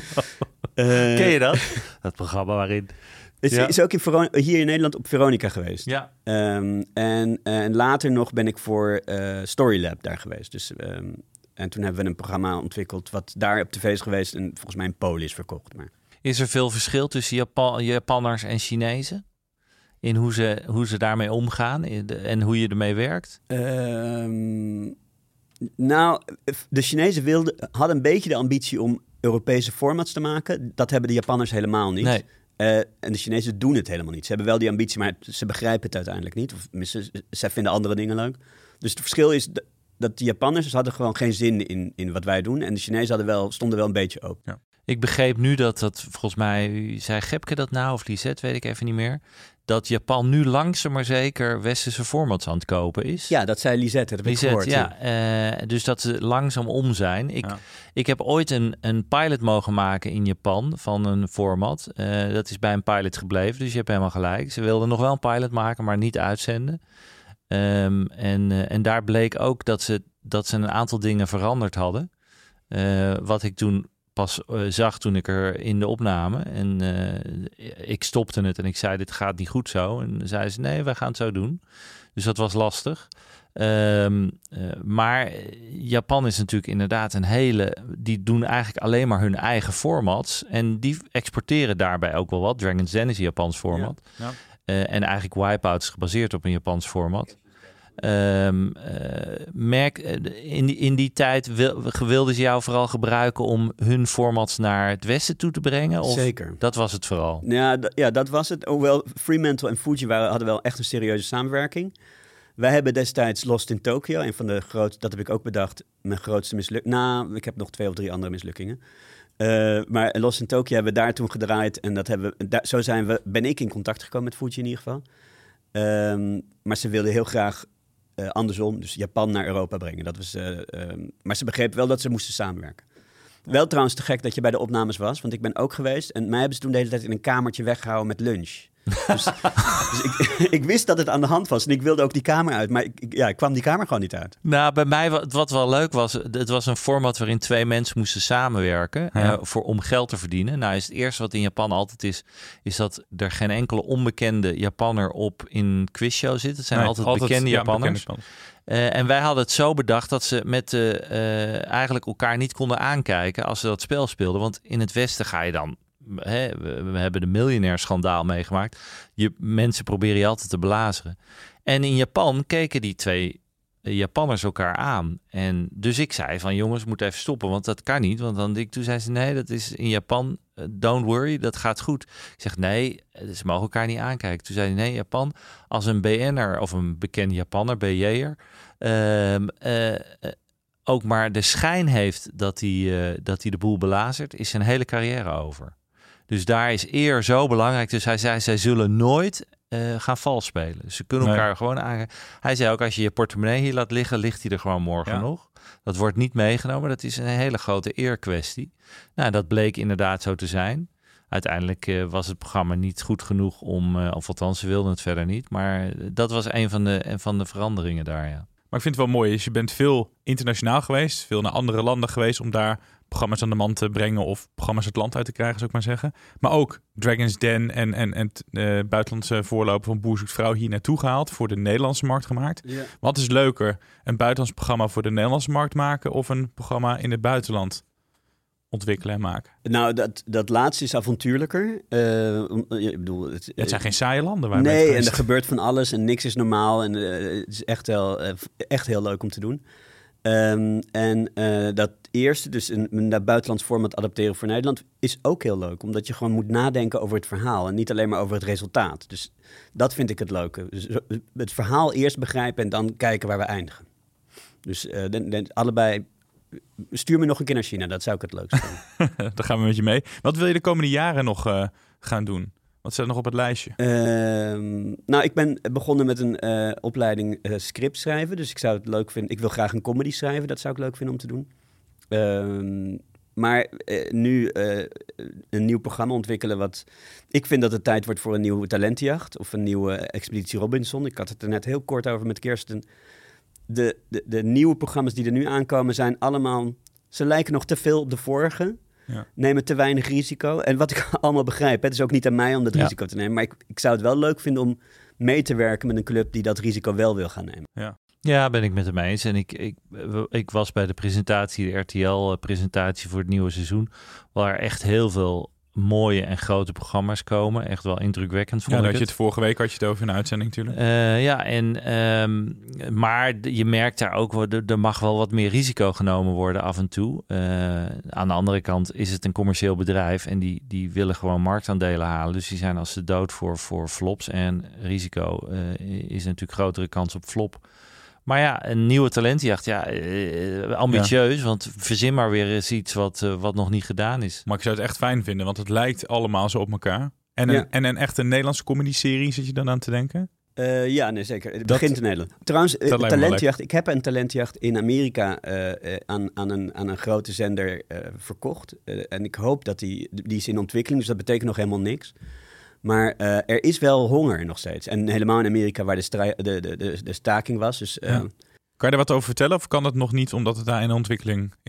S9: Uh, Ken je dat? Dat programma waarin...
S10: Is, ja. is ook in Veron- hier in Nederland op Veronica geweest.
S9: Ja.
S10: Um, en, en later nog ben ik voor uh, Storylab daar geweest. Dus, um, en toen hebben we een programma ontwikkeld wat daar op tv is geweest en volgens mij in Polen is verkocht. Maar...
S9: Is er veel verschil tussen Japan- Japanners en Chinezen? In hoe ze, hoe ze daarmee omgaan en hoe je ermee werkt?
S10: Um, nou, de Chinezen wilden, hadden een beetje de ambitie om Europese formats te maken. Dat hebben de Japanners helemaal niet. Nee. Uh, en de Chinezen doen het helemaal niet. Ze hebben wel die ambitie, maar ze begrijpen het uiteindelijk niet. Of ze, ze vinden andere dingen leuk. Dus het verschil is d- dat de Japanners hadden gewoon geen zin in, in wat wij doen. En de Chinezen hadden wel, stonden wel een beetje open. Ja.
S9: Ik begreep nu dat dat, volgens mij, zei Gepke dat nou, of Lisette, weet ik even niet meer, dat Japan nu langzaam maar zeker westerse formats aan het kopen is.
S10: Ja, dat zei Lisette, dat heb
S9: Lisette,
S10: ik gehoord.
S9: Ja, ja. Uh, dus dat ze langzaam om zijn. Ik,
S7: ja.
S9: ik heb ooit een, een pilot mogen maken in Japan van een format. Uh, dat is bij een pilot gebleven, dus je hebt helemaal gelijk. Ze wilden nog wel een pilot maken, maar niet uitzenden. Um, en, uh, en daar bleek ook dat ze, dat ze een aantal dingen veranderd hadden. Uh, wat ik toen pas uh, zag toen ik er in de opname. En uh, ik stopte het en ik zei, dit gaat niet goed zo. En zei ze, nee, wij gaan het zo doen. Dus dat was lastig. Um, uh, maar Japan is natuurlijk inderdaad een hele... Die doen eigenlijk alleen maar hun eigen formats. En die exporteren daarbij ook wel wat. Dragon's Den is een Japans format. Ja. Ja. Uh, en eigenlijk Wipeout is gebaseerd op een Japans format. Um, uh, merk, in, die, in die tijd wil, wilden ze jou vooral gebruiken om hun formats naar het westen toe te brengen? Of
S10: Zeker.
S9: Dat was het vooral?
S10: Ja, d- ja dat was het. Hoewel Fremantle en Fuji waren, hadden wel echt een serieuze samenwerking. Wij hebben destijds Lost in Tokyo, een van de grootste, dat heb ik ook bedacht, mijn grootste mislukking. Nou, ik heb nog twee of drie andere mislukkingen. Uh, maar Lost in Tokyo hebben we daar toen gedraaid en dat hebben we, da- zo zijn we, ben ik in contact gekomen met Fuji in ieder geval. Um, maar ze wilden heel graag uh, andersom, dus Japan naar Europa brengen. Dat was, uh, um, maar ze begrepen wel dat ze moesten samenwerken. Ja. Wel trouwens te gek dat je bij de opnames was, want ik ben ook geweest en mij hebben ze toen de hele tijd in een kamertje weggehouden met lunch. Dus, dus ik, ik wist dat het aan de hand was en ik wilde ook die kamer uit, maar ik, ik, ja, ik kwam die kamer gewoon niet uit.
S9: Nou, bij mij wat, wat wel leuk was, het was een format waarin twee mensen moesten samenwerken ja. uh, voor, om geld te verdienen. Nou, is het eerste wat in Japan altijd is, is dat er geen enkele onbekende Japanner op in quizshow zit. Het zijn nee, altijd, altijd bekende ja, Japanners. Bekende uh, en wij hadden het zo bedacht dat ze met uh, uh, eigenlijk elkaar niet konden aankijken als ze dat spel speelden. Want in het Westen ga je dan... He, we, we hebben de miljonair-schandaal meegemaakt. Je, mensen proberen je altijd te belazeren. En in Japan keken die twee Japanners elkaar aan. En dus ik zei van jongens, we moeten even stoppen, want dat kan niet. Want dan ik, toen zei ze nee, dat is in Japan, uh, don't worry, dat gaat goed. Ik zeg nee, ze mogen elkaar niet aankijken. Toen zei hij nee, Japan, als een B N'er of een bekende Japanner, B J'er... Uh, uh, ook maar de schijn heeft dat hij, uh, dat hij de boel belazert, is zijn hele carrière over. Dus daar is eer zo belangrijk. Dus hij zei, zij zullen nooit uh, gaan vals spelen. Ze kunnen elkaar nee. gewoon aan. Hij zei ook, als je je portemonnee hier laat liggen, ligt hij er gewoon morgen ja. nog. Dat wordt niet meegenomen. Dat is een hele grote eerkwestie. Nou, dat bleek inderdaad zo te zijn. Uiteindelijk uh, was het programma niet goed genoeg om, uh, of althans, ze wilden het verder niet. Maar dat was een van de, een van de veranderingen daar, ja.
S7: Maar ik vind het wel mooi, is je bent veel internationaal geweest, veel naar andere landen geweest om daar programma's aan de man te brengen of programma's het land uit te krijgen, zou ik maar zeggen. Maar ook Dragon's Den en, en, en uh, buitenlandse voorloper van Boer zoekt vrouw hier naartoe gehaald, voor de Nederlandse markt gemaakt. Ja. Wat is leuker, een buitenlands programma voor de Nederlandse markt maken of een programma in het buitenland ontwikkelen en maken?
S10: Nou, dat, dat laatste is avontuurlijker. Uh, ik bedoel, het,
S7: ja, het zijn geen saaie landen waar
S10: nee, en er gebeurt van alles en niks is normaal. En uh, het is echt heel, uh, echt heel leuk om te doen. Um, en uh, dat eerste, dus een, een buitenlands format adapteren voor Nederland, is ook heel leuk. Omdat je gewoon moet nadenken over het verhaal en niet alleen maar over het resultaat. Dus dat vind ik het leuke. Dus het verhaal eerst begrijpen en dan kijken waar we eindigen. Dus uh, de, de, allebei... Stuur me nog een keer naar China, dat zou ik het leukst vinden.
S7: Daar gaan we met je mee. Wat wil je de komende jaren nog uh, gaan doen? Wat staat er nog op het lijstje?
S10: Uh, nou, ik ben begonnen met een uh, opleiding uh, script schrijven. Dus ik zou het leuk vinden. Ik wil graag een comedy schrijven. Dat zou ik leuk vinden om te doen. Uh, maar uh, nu uh, een nieuw programma ontwikkelen. Wat ik vind dat het tijd wordt voor een nieuwe talentenjacht. Of een nieuwe Expeditie Robinson. Ik had het er net heel kort over met Kirsten. De, de, de nieuwe programma's die er nu aankomen zijn allemaal... Ze lijken nog te veel op de vorige. Ja. Nemen te weinig risico. En wat ik allemaal begrijp, het is ook niet aan mij om dat ja. risico te nemen. Maar ik, ik zou het wel leuk vinden om mee te werken met een club die dat risico wel wil gaan nemen.
S9: Ja, ja ben ik met hem eens. En ik, ik, ik was bij de presentatie, de R T L-presentatie voor het nieuwe seizoen, waar echt heel veel mooie en grote programma's komen. Echt wel indrukwekkend.
S7: Ja, dat je het vorige week had je het over in een uitzending natuurlijk.
S9: Uh, ja, en um, maar je merkt daar ook wel, er mag wel wat meer risico genomen worden af en toe. Uh, aan de andere kant is het een commercieel bedrijf en die, die willen gewoon marktaandelen halen. Dus die zijn als ze dood voor, voor flops. En risico uh, is natuurlijk grotere kans op flop. Maar ja, een nieuwe talentenjacht, ja, uh, ambitieus, ja. Want verzin maar weer eens iets wat, uh, wat nog niet gedaan is.
S7: Maar ik zou het echt fijn vinden, want het lijkt allemaal zo op elkaar. En een, ja. en een echte Nederlandse comedy-serie, zit je dan aan te denken?
S10: Uh, ja, nee, zeker. Het dat, begint in Nederland. Trouwens, uh, talentjacht, ik heb een talentjacht in Amerika uh, uh, aan, aan, een, aan een grote zender uh, verkocht. Uh, en ik hoop dat die, die is in ontwikkeling, dus dat betekent nog helemaal niks. Maar uh, er is wel honger nog steeds. En helemaal in Amerika waar de, strij- de, de, de, de staking was. Dus, uh...
S7: ja. Kan je er wat over vertellen of kan het nog niet omdat het daar in ontwikkeling is?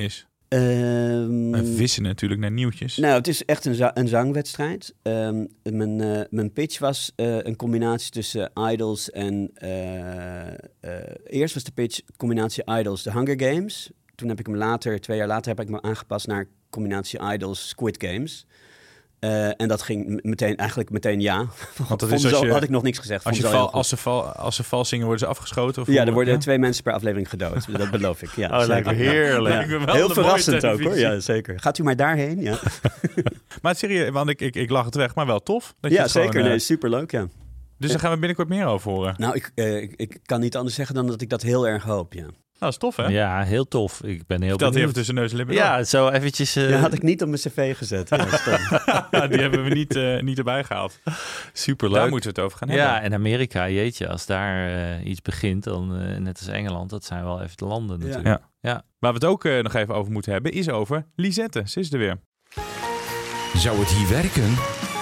S10: Um,
S7: We vissen natuurlijk naar nieuwtjes.
S10: Nou, het is echt een, za- een zangwedstrijd. Um, mijn, uh, mijn pitch was uh, een combinatie tussen Idols en... Uh, uh, eerst was de pitch combinatie Idols, de Hunger Games. Toen heb ik hem later, twee jaar later, heb ik me aangepast naar combinatie Idols, Squid Games. Uh, en dat ging meteen, eigenlijk meteen ja.
S7: Want dat is als
S10: zo,
S7: je,
S10: had ik nog niks gezegd.
S7: Als, je
S10: val,
S7: val, als, ze val, als ze vals zingen, worden ze afgeschoten? Of
S10: ja, er worden
S7: ja?
S10: twee mensen per aflevering gedood. Dat beloof ik. Ja,
S8: oh, lijkt heerlijk.
S10: Ja. Ja. Heel verrassend ook hoor. Ja, zeker. Gaat u maar daarheen. Ja.
S7: Maar serieus, want ik, ik, ik lach het weg, maar wel tof. Dat
S10: ja,
S7: je
S10: zeker.
S7: Gewoon, uh,
S10: nee, superleuk, ja.
S7: Dus daar gaan we binnenkort meer over horen.
S10: Nou, ik, uh, ik, ik kan niet anders zeggen dan dat ik dat heel erg hoop, ja.
S7: Nou, dat is tof, hè?
S9: Ja, heel tof. Ik ben heel
S7: dat
S9: benieuwd.
S7: even tussen neus en lippen.
S9: Ja, zo eventjes... Uh...
S10: Ja, had ik niet op mijn cv gezet. Ja,
S7: ja, die hebben we niet, uh, niet erbij gehaald.
S9: Superleuk.
S7: Daar moeten we het over gaan
S9: ja,
S7: hebben.
S9: en Amerika, jeetje, als daar uh, iets begint, dan uh, net als Engeland, dat zijn wel even de landen natuurlijk.
S7: Ja.
S9: Ja.
S7: Waar we het ook uh, nog even over moeten hebben, is over Lisette. Ze is er weer.
S11: Zou het hier werken?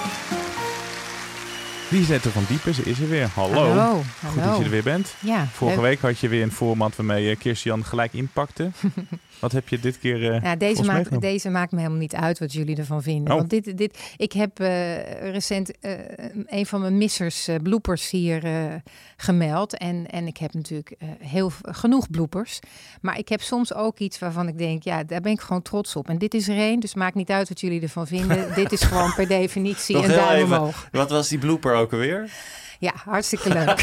S7: Lisette van Diepen, ze is er weer. Hallo.
S12: Hallo.
S7: Goed
S12: Hallo.
S7: dat je er weer bent.
S12: Ja,
S7: Vorige
S12: leuk.
S7: week had je weer een format waarmee Kirstian gelijk inpakte. Wat heb je dit keer uh,
S12: ja, deze, maakt, deze maakt me helemaal niet uit wat jullie ervan vinden.
S7: Oh.
S12: Want dit, dit, ik heb uh, recent uh, een van mijn missers, uh, bloopers hier uh, gemeld. En, en ik heb natuurlijk uh, heel genoeg bloopers. Maar ik heb soms ook iets waarvan ik denk, ja, daar ben ik gewoon trots op. En dit is er één, dus maakt niet uit wat jullie ervan vinden. Dit is gewoon per definitie
S8: Nog
S12: een
S8: heel
S12: duim
S8: even,
S12: omhoog.
S8: Wat was die blooper ook alweer?
S12: Ja, hartstikke leuk.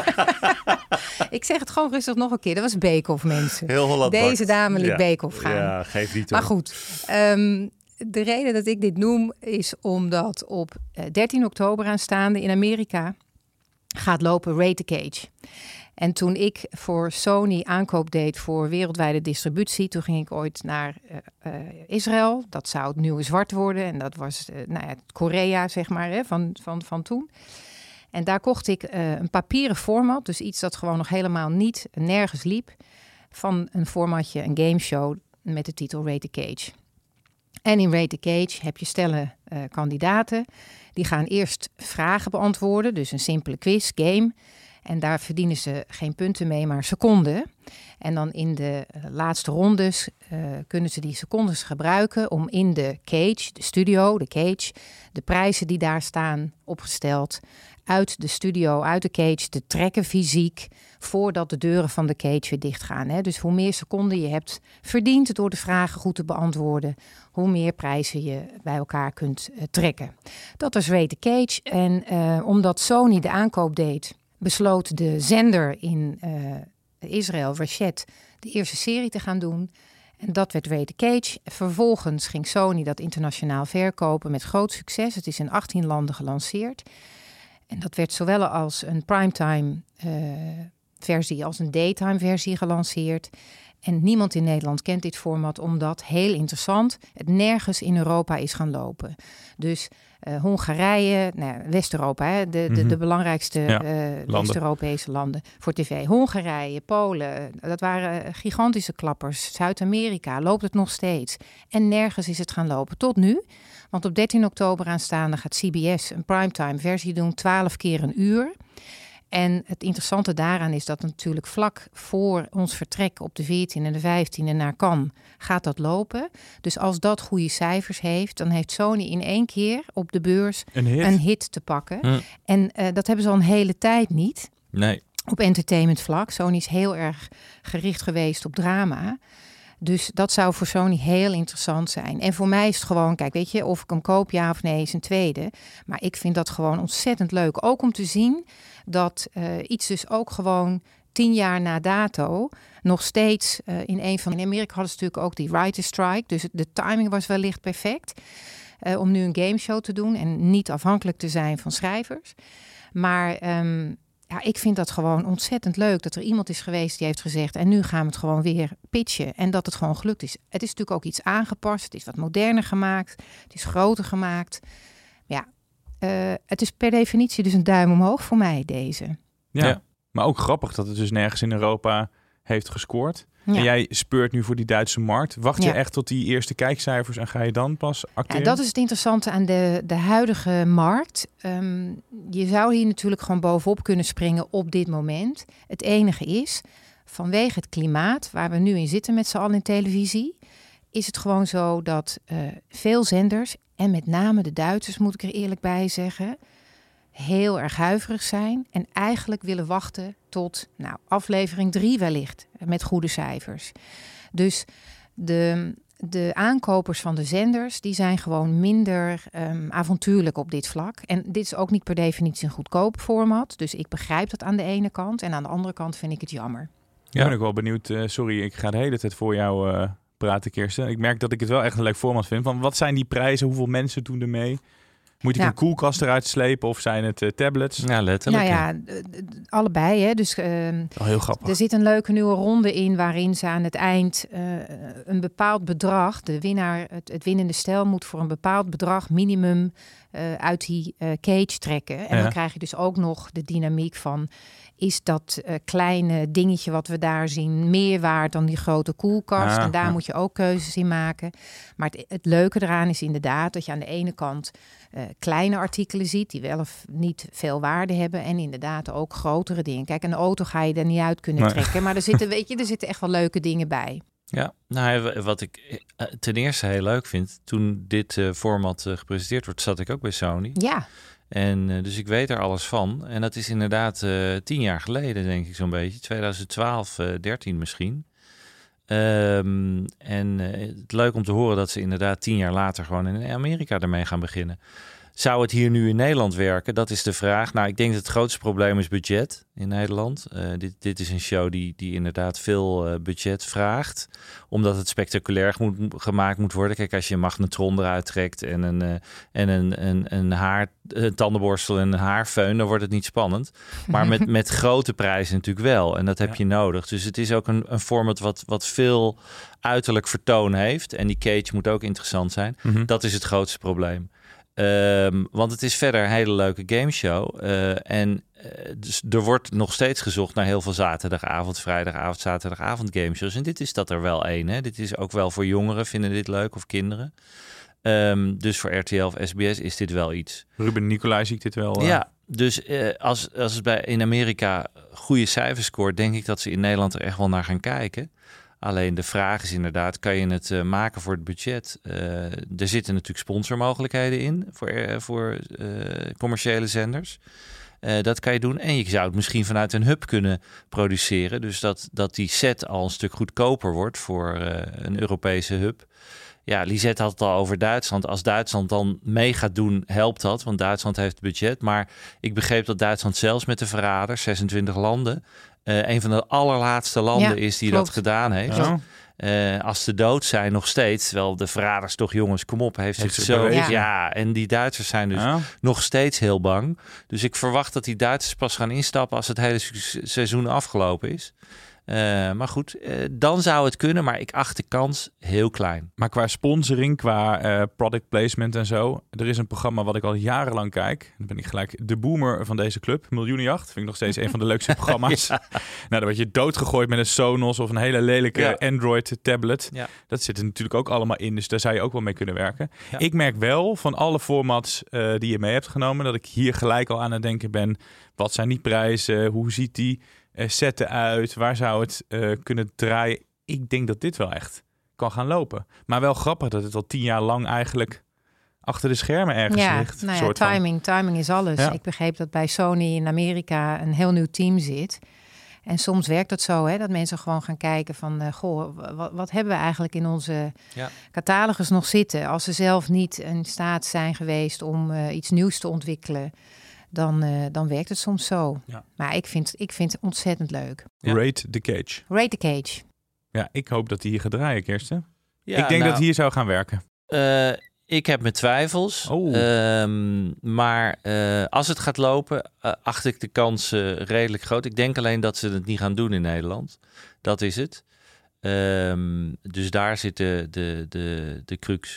S12: Ik zeg het gewoon rustig nog een keer. Dat was Beekhoff, mensen.
S8: Heel Holland
S12: Deze
S8: bakt.
S12: dame liet
S8: ja.
S12: Beekhoff gaan.
S8: Ja, geef niet
S12: Maar
S8: hoor.
S12: goed, um, de reden dat ik dit noem is omdat op dertien oktober aanstaande in Amerika gaat lopen Rate the Cage. En toen ik voor Sony aankoop deed voor wereldwijde distributie, toen ging ik ooit naar uh, uh, Israël. Dat zou het nieuwe zwart worden. En dat was uh, nou ja, Korea, zeg maar, hè, van, van, van toen. En daar kocht ik uh, een papieren format, dus iets dat gewoon nog helemaal niet nergens liep, van een formatje, een gameshow met de titel Rate the Cage. En in Rate the Cage heb je stellen uh, kandidaten. Die gaan eerst vragen beantwoorden, dus een simpele quiz, game. En daar verdienen ze geen punten mee, maar seconden. En dan in de uh, laatste rondes uh, kunnen ze die secondes gebruiken om in de cage, de studio, de cage, de prijzen die daar staan opgesteld, uit de studio, uit de cage te trekken fysiek, voordat de deuren van de cage weer dicht gaan. Hè? Dus hoe meer seconden je hebt verdiend door de vragen goed te beantwoorden, hoe meer prijzen je bij elkaar kunt uh, trekken. Dat was Rate the Cage. En uh, omdat Sony de aankoop deed, besloot de zender in uh, Israël, Reshet, de eerste serie te gaan doen. En dat werd Rate the Cage. Vervolgens ging Sony dat internationaal verkopen met groot succes. Het is in achttien landen gelanceerd. En dat werd zowel als een primetime uh, versie als een daytime versie gelanceerd. En niemand in Nederland kent dit format, omdat, heel interessant, het nergens in Europa is gaan lopen. Dus uh, Hongarije, nou, West-Europa, hè, de, de, mm-hmm. de belangrijkste ja, uh, West-Europese landen voor tv. Hongarije, Polen, dat waren gigantische klappers. Zuid-Amerika loopt het nog steeds. En nergens is het gaan lopen, tot nu. Want op dertien oktober aanstaande gaat C B S een primetime versie doen, twaalf keer een uur. En het interessante daaraan is dat natuurlijk vlak voor ons vertrek op de veertiende en de vijftiende naar Cannes gaat dat lopen. Dus als dat goede cijfers heeft, dan heeft Sony in één keer op de beurs een hit, een hit te pakken. Hm. En uh, dat hebben ze al een hele tijd niet.
S8: Nee.
S12: Op entertainment vlak. Sony is heel erg gericht geweest op drama. Dus dat zou voor Sony heel interessant zijn. En voor mij is het gewoon, kijk, weet je, of ik hem koop, ja of nee, is een tweede. Maar ik vind dat gewoon ontzettend leuk. Ook om te zien dat uh, iets dus ook gewoon tien jaar na dato nog steeds uh, in een van... In Amerika hadden ze natuurlijk ook die writer's strike. Dus de timing was wellicht perfect uh, om nu een gameshow te doen en niet afhankelijk te zijn van schrijvers. Maar... Um, Ja, ik vind dat gewoon ontzettend leuk dat er iemand is geweest die heeft gezegd, en nu gaan we het gewoon weer pitchen. En dat het gewoon gelukt is. Het is natuurlijk ook iets aangepast. Het is wat moderner gemaakt. Het is groter gemaakt. Ja, uh, het is per definitie dus een duim omhoog voor mij, deze.
S7: Ja, ja, maar ook grappig dat het dus nergens in Europa heeft gescoord. Ja. En jij speurt nu voor die Duitse markt. Wacht je ja. echt tot die eerste kijkcijfers en ga je dan pas acteren?
S12: Ja, dat is het interessante aan de, de huidige markt. Um, je zou hier natuurlijk gewoon bovenop kunnen springen op dit moment. Het enige is, vanwege het klimaat waar we nu in zitten met z'n allen in televisie, is het gewoon zo dat uh, veel zenders, en met name de Duitsers moet ik er eerlijk bij zeggen, heel erg huiverig zijn en eigenlijk willen wachten tot nou, aflevering drie wellicht, met goede cijfers. Dus de, de aankopers van de zenders, die zijn gewoon minder um, avontuurlijk op dit vlak. En dit is ook niet per definitie een goedkoop format. Dus ik begrijp dat aan de ene kant. En aan de andere kant vind ik het jammer.
S7: Ja, ben ik wel benieuwd. Uh, sorry, ik ga de hele tijd voor jou uh, praten, Kirsten. Ik merk dat ik het wel echt een leuk format vind. Van wat zijn die prijzen? Hoeveel mensen doen er mee? Moet ik ja. een koelkast eruit slepen of zijn het uh, tablets?
S8: Ja, letterlijk.
S12: Nou ja, d- d- allebei. Hè. Dus, uh,
S7: oh, heel grappig.
S12: Er zit een leuke nieuwe ronde in waarin ze aan het eind uh, een bepaald bedrag, de winnaar, het, het winnende stel moet voor een bepaald bedrag minimum uh, uit die uh, cage trekken. En ja. dan krijg je dus ook nog de dynamiek van, is dat uh, kleine dingetje wat we daar zien meer waard dan die grote koelkast? Ja, en daar ja. moet je ook keuzes in maken. Maar het, het leuke eraan is inderdaad dat je aan de ene kant uh, kleine artikelen ziet die wel of niet veel waarde hebben en inderdaad ook grotere dingen. Kijk, een auto ga je er niet uit kunnen nee. trekken, maar er zitten, weet je, er zitten echt wel leuke dingen bij.
S8: Ja, nou, wat ik ten eerste heel leuk vind, toen dit uh, format uh, gepresenteerd wordt, zat ik ook bij Sony.
S12: Ja.
S8: En uh, dus ik weet er alles van. En dat is inderdaad uh, tien jaar geleden, denk ik zo'n beetje. twintig twaalf, uh, dertien misschien. Um, en uh, het leuk om te horen dat ze inderdaad tien jaar later gewoon in Amerika ermee gaan beginnen. Zou het hier nu in Nederland werken? Dat is de vraag. Nou, ik denk dat het grootste probleem is budget in Nederland. Uh, dit, dit is een show die, die inderdaad veel uh, budget vraagt. Omdat het spectaculair moet, gemaakt moet worden. Kijk, als je een magnetron eruit trekt en een, uh, en een, een, een, haar, een tandenborstel en een haarfeun, dan wordt het niet spannend. Maar met, met grote prijzen natuurlijk wel. En dat heb ja. je nodig. Dus het is ook een, een format wat, wat veel uiterlijk vertoon heeft. En die cage moet ook interessant zijn. Mm-hmm. Dat is het grootste probleem. Um, want het is verder een hele leuke gameshow. Uh, en uh, dus er wordt nog steeds gezocht naar heel veel zaterdagavond, vrijdagavond, zaterdagavond gameshows. En dit is dat er wel één. Hè? Dit is ook wel voor jongeren, vinden dit leuk, of kinderen. Um, dus voor R T L of S B S is dit wel iets.
S7: Ruben Nicolai zie ik dit wel. Uh...
S8: Ja, dus uh, als, als het bij, in Amerika goede cijfers scoort, denk ik dat ze in Nederland er echt wel naar gaan kijken. Alleen de vraag is inderdaad, kan je het uh, maken voor het budget? Uh, er zitten natuurlijk sponsormogelijkheden in voor, uh, voor uh, commerciële zenders. Uh, dat kan je doen. En je zou het misschien vanuit een hub kunnen produceren. Dus dat, dat die set al een stuk goedkoper wordt voor uh, een Europese hub. Ja, Lisette had het al over Duitsland. Als Duitsland dan mee gaat doen, helpt dat. Want Duitsland heeft budget. Maar ik begreep dat Duitsland zelfs met de verraders, zesentwintig landen... Uh, een van de allerlaatste landen ja, is die klopt. dat gedaan heeft. Ja. Uh, als ze dood zijn nog steeds, wel de verraders toch, jongens, kom op, heeft, heeft zich zo... Ja. ja, en die Duitsers zijn dus ja. nog steeds heel bang. Dus ik verwacht dat die Duitsers pas gaan instappen als het hele seizoen afgelopen is. Uh, maar goed, uh, dan zou het kunnen, maar ik acht de kans heel klein.
S7: Maar qua sponsoring, qua uh, product placement en zo, er is een programma wat ik al jarenlang kijk. Dan ben ik gelijk de boomer van deze club, Miljoenenjacht. Vind ik nog steeds een van de leukste programma's. ja. Nou, dan word je doodgegooid met een Sonos of een hele lelijke ja. Android tablet. Ja. Dat zit er natuurlijk ook allemaal in, dus daar zou je ook wel mee kunnen werken. Ja. Ik merk wel van alle formats uh, die je mee hebt genomen, dat ik hier gelijk al aan het denken ben, wat zijn die prijzen, hoe ziet die Uh, zetten uit, waar zou het uh, kunnen draaien? Ik denk dat dit wel echt kan gaan lopen. Maar wel grappig dat het al tien jaar lang eigenlijk achter de schermen ergens
S12: ja,
S7: ligt.
S12: Nou ja, timing, van... timing is alles. Ja. Ik begreep dat bij Sony in Amerika een heel nieuw team zit. En soms werkt dat zo, hè, dat mensen gewoon gaan kijken van, uh, goh, wat, wat hebben we eigenlijk in onze ja. catalogus nog zitten? Als ze zelf niet in staat zijn geweest om uh, iets nieuws te ontwikkelen, Dan, uh, dan werkt het soms zo. Ja. Maar ik vind, ik vind het ontzettend leuk.
S7: Ja. Rate the Cage.
S12: Rate the Cage.
S7: Ja, ik hoop dat hij hier gaat draaien, Kirsten. Ja, ik denk
S8: nou,
S7: dat hij hier zou gaan werken.
S8: Uh, ik heb mijn twijfels. Oh. Um, maar uh, als het gaat lopen, uh, acht ik de kans uh, redelijk groot. Ik denk alleen dat ze het niet gaan doen in Nederland. Dat is het. Um, dus daar zit de, de, de, de crux.
S12: Nou.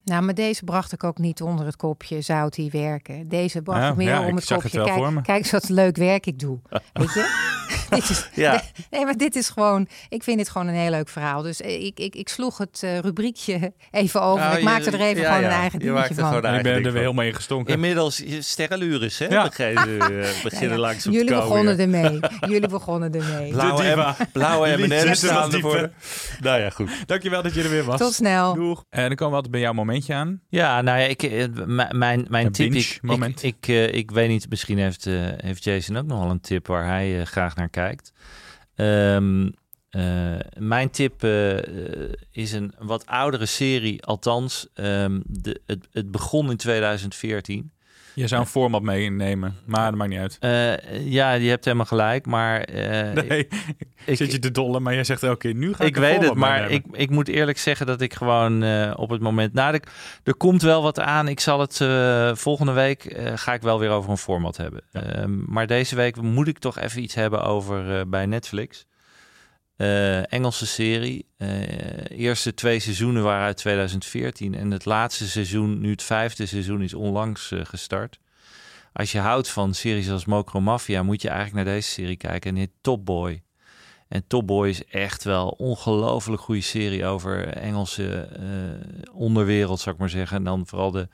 S12: Nou, maar deze bracht ik ook niet onder het kopje zou die werken. Deze bracht
S7: Ja,
S12: ik meer
S7: ja,
S12: om
S7: ik
S12: het
S7: zag
S12: kopje.
S7: het wel voor me.
S12: Kijk, kijk eens wat leuk werk ik doe. Weet je? dit is,
S8: Ja.
S12: Nee, maar dit is gewoon... Ik vind dit gewoon een heel leuk verhaal. Dus ik, ik, ik sloeg het uh, rubriekje even over.
S8: Nou,
S12: ik maakte
S8: je-
S12: er even
S8: ja,
S12: gewoon
S8: ja.
S12: een eigen
S8: Je
S12: dingetje
S8: maakt er
S12: van.
S8: gewoon een
S7: Ik ben
S8: eigen
S7: er weer
S8: ding
S7: helemaal in gestonken.
S8: Inmiddels Sterrenlures, hè?
S7: Ja.
S8: Beginnen, uh, beginnen
S12: Ja, ja.
S8: langzaam te
S12: Jullie
S8: komen.
S12: begonnen
S8: ja.
S12: ermee. Jullie begonnen ermee.
S8: Blauwe,
S7: De diva.
S8: M- blauwe M
S7: Jullie
S8: en M's
S7: zitten wel
S8: staan
S7: diep,
S8: ervoor.
S7: hè?
S8: Nou ja, goed.
S7: Dankjewel dat je er weer was.
S12: Tot snel.
S7: Doeg. En dan komen we altijd bij jouw momentje aan.
S8: Ja, nou ja, ik, eh, m- mijn, mijn
S7: Een
S8: tip...
S7: binge
S8: Ik,
S7: moment.
S8: ik, ik, uh, ik weet niet, misschien heeft, uh, heeft Jason ook nog wel een tip waar hij uh, graag naar kijkt. Um, uh, mijn tip uh, is een wat oudere serie. Althans, um, de, het, het begon in tweeduizend veertien.
S7: Je zou een format meenemen, maar dat maakt niet uit.
S8: Uh, ja, je hebt helemaal gelijk, maar... Uh,
S7: Nee, ik zit je te dollen, maar jij zegt elke keer, nu ga ik
S8: Ik
S7: een
S8: weet het,
S7: format
S8: maar ik,
S7: meenemen.
S8: ik moet eerlijk zeggen dat ik gewoon uh, op het moment... Nou, er, er komt wel wat aan. Ik zal het uh, volgende week... Uh, ga ik wel weer over een format hebben. Ja. Uh, maar deze week moet ik toch even iets hebben over uh, bij Netflix. Uh, Engelse serie. Uh, eerste twee seizoenen waren uit tweeduizend veertien. En het laatste seizoen, nu het vijfde seizoen, is onlangs uh, gestart. Als je houdt van series als Mokro Mafia, moet je eigenlijk naar deze serie kijken. En die heet Top Boy. En Top Boy is echt wel een ongelooflijk goede serie over Engelse uh, onderwereld, zou ik maar zeggen. En dan vooral de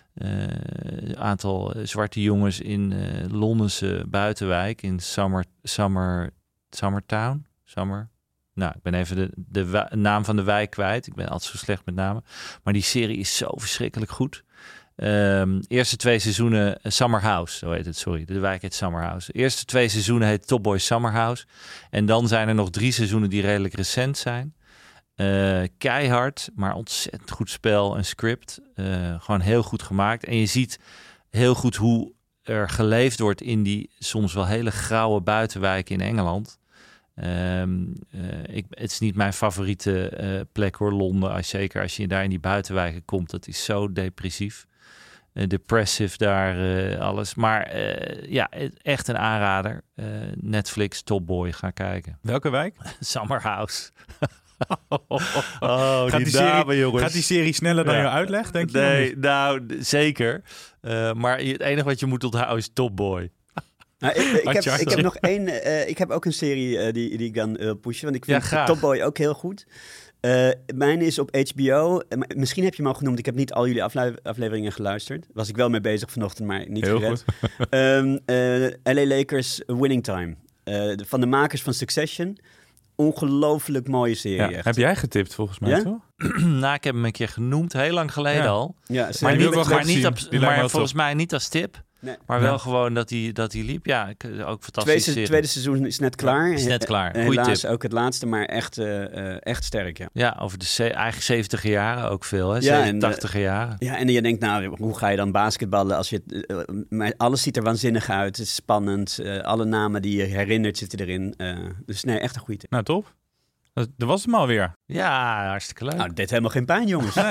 S8: uh, aantal zwarte jongens in uh, Londense buitenwijk, in Summer, Summer, Summertown. Summer. Nou, ik ben even de, de wa- naam van de wijk kwijt. Ik ben altijd zo slecht met namen. Maar die serie is zo verschrikkelijk goed. Um, eerste twee seizoenen uh, Summer House, zo heet het, sorry. De wijk heet Summer House. De eerste twee seizoenen heet Top Boy Summer House. En dan zijn er nog drie seizoenen die redelijk recent zijn. Uh, keihard, maar ontzettend goed spel en script. Uh, gewoon heel goed gemaakt. En je ziet heel goed hoe er geleefd wordt in die soms wel hele grauwe buitenwijken in Engeland. Um, uh, ik, het is niet mijn favoriete uh, plek hoor, Londen. Als, zeker als je daar in die buitenwijken komt. Dat is zo depressief. Uh, depressive daar, uh, alles. Maar uh, ja, echt een aanrader. Uh, Netflix, Top Boy, ga kijken.
S7: Welke wijk?
S8: Summer House.
S7: oh,
S8: gaat,
S7: die
S8: namen,
S7: serie,
S8: jongens.
S7: gaat die serie sneller dan
S8: ja.
S7: je uitleg, denk je?
S8: Nee, nou, zeker. Uh, maar het enige wat je moet onthouden is Top Boy.
S10: Nou, ik, ik, heb, ik heb nog één. Uh, ik heb ook een serie uh, die, die ik dan uh, pushen. Want ik vind
S8: ja,
S10: Top Boy ook heel goed. Uh, mijn is op H B O. Uh, misschien heb je hem al genoemd. Ik heb niet al jullie afle- afleveringen geluisterd. Was ik wel mee bezig vanochtend, maar niet
S7: heel
S10: gered. um, uh, L A Lakers Winning Time. Uh, de, van de makers van Succession. Ongelooflijk mooie serie.
S7: Ja,
S10: echt.
S7: heb jij getipt volgens mij,
S10: ja?
S7: toch?
S8: Nou, ik heb hem een keer genoemd, heel lang geleden
S7: ja.
S8: al.
S10: Ja,
S8: maar niet,
S7: wel
S8: maar niet op, maar volgens
S7: top.
S8: mij niet als tip.
S10: Nee.
S8: Maar wel
S7: ja.
S8: gewoon dat hij dat hij liep. Ja, ook fantastisch.
S10: Tweede,
S8: serie.
S10: tweede seizoen is net klaar.
S8: Is net klaar.
S10: He,
S8: Goeie
S10: helaas
S8: tip.
S10: ook het laatste, maar echt, uh, uh, echt sterk, ja.
S8: Ja, over de ze- eigenlijk zeventiger jaren ook veel, hè?
S10: Ja,
S8: zeventig,
S10: en,
S8: tachtiger jaren.
S10: Ja, en je denkt, nou, hoe ga je dan basketballen als je... Uh, maar alles ziet er waanzinnig uit. Het is spannend. Uh, alle namen die je herinnert zitten erin. Uh, dus nee, echt een goede tip.
S7: Nou, top. Dat, dat was hem alweer.
S8: Ja, hartstikke leuk.
S10: Nou, dit helemaal geen pijn, jongens.
S7: Nee.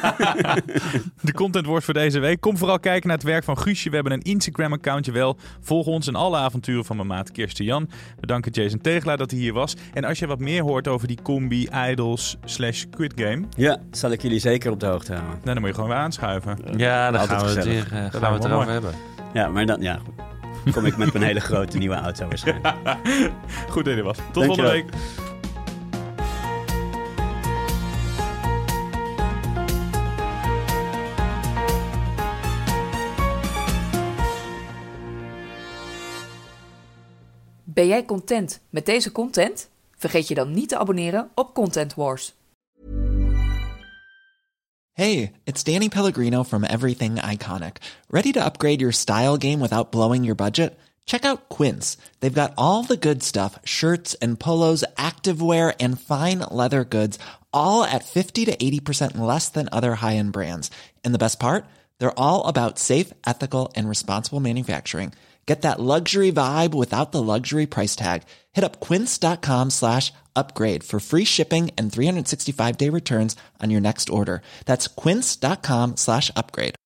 S7: De content wordt voor deze week. Kom vooral kijken naar het werk van Guusje. We hebben een Instagram-accountje wel. Volg ons in alle avonturen van mijn maat Kirsten Jan. We danken Jason Tegelaar dat hij hier was. En als je wat meer hoort over die combi Idols slash Squid Game...
S10: Ja, zal ik jullie zeker op de hoogte houden.
S7: Nou, dan moet je gewoon weer aanschuiven.
S8: Ja, daar
S10: Altijd
S8: gaan we het,
S10: gezellig.
S8: weer, uh,
S7: Dat
S8: gaan we het erover
S7: mooi.
S8: hebben.
S10: Ja, maar dan, ja, goed. Kom ik met mijn hele grote nieuwe auto waarschijnlijk.
S7: Goed dat je er was. Tot
S10: Dankjewel.
S7: volgende week.
S13: Ben jij content met deze content? Vergeet je dan niet te abonneren op Content Wars.
S14: Hey, it's Danny Pellegrino from Everything Iconic. Ready to upgrade your style game without blowing your budget? Check out Quince. They've got all the good stuff, shirts and polos, activewear and fine leather goods, all at fifty to eighty percent less than other high-end brands. And the best part? They're all about safe, ethical and responsible manufacturing. Get that luxury vibe without the luxury price tag. Hit up quince.com slash upgrade for free shipping and three sixty-five day returns on your next order. That's quince.com slash upgrade.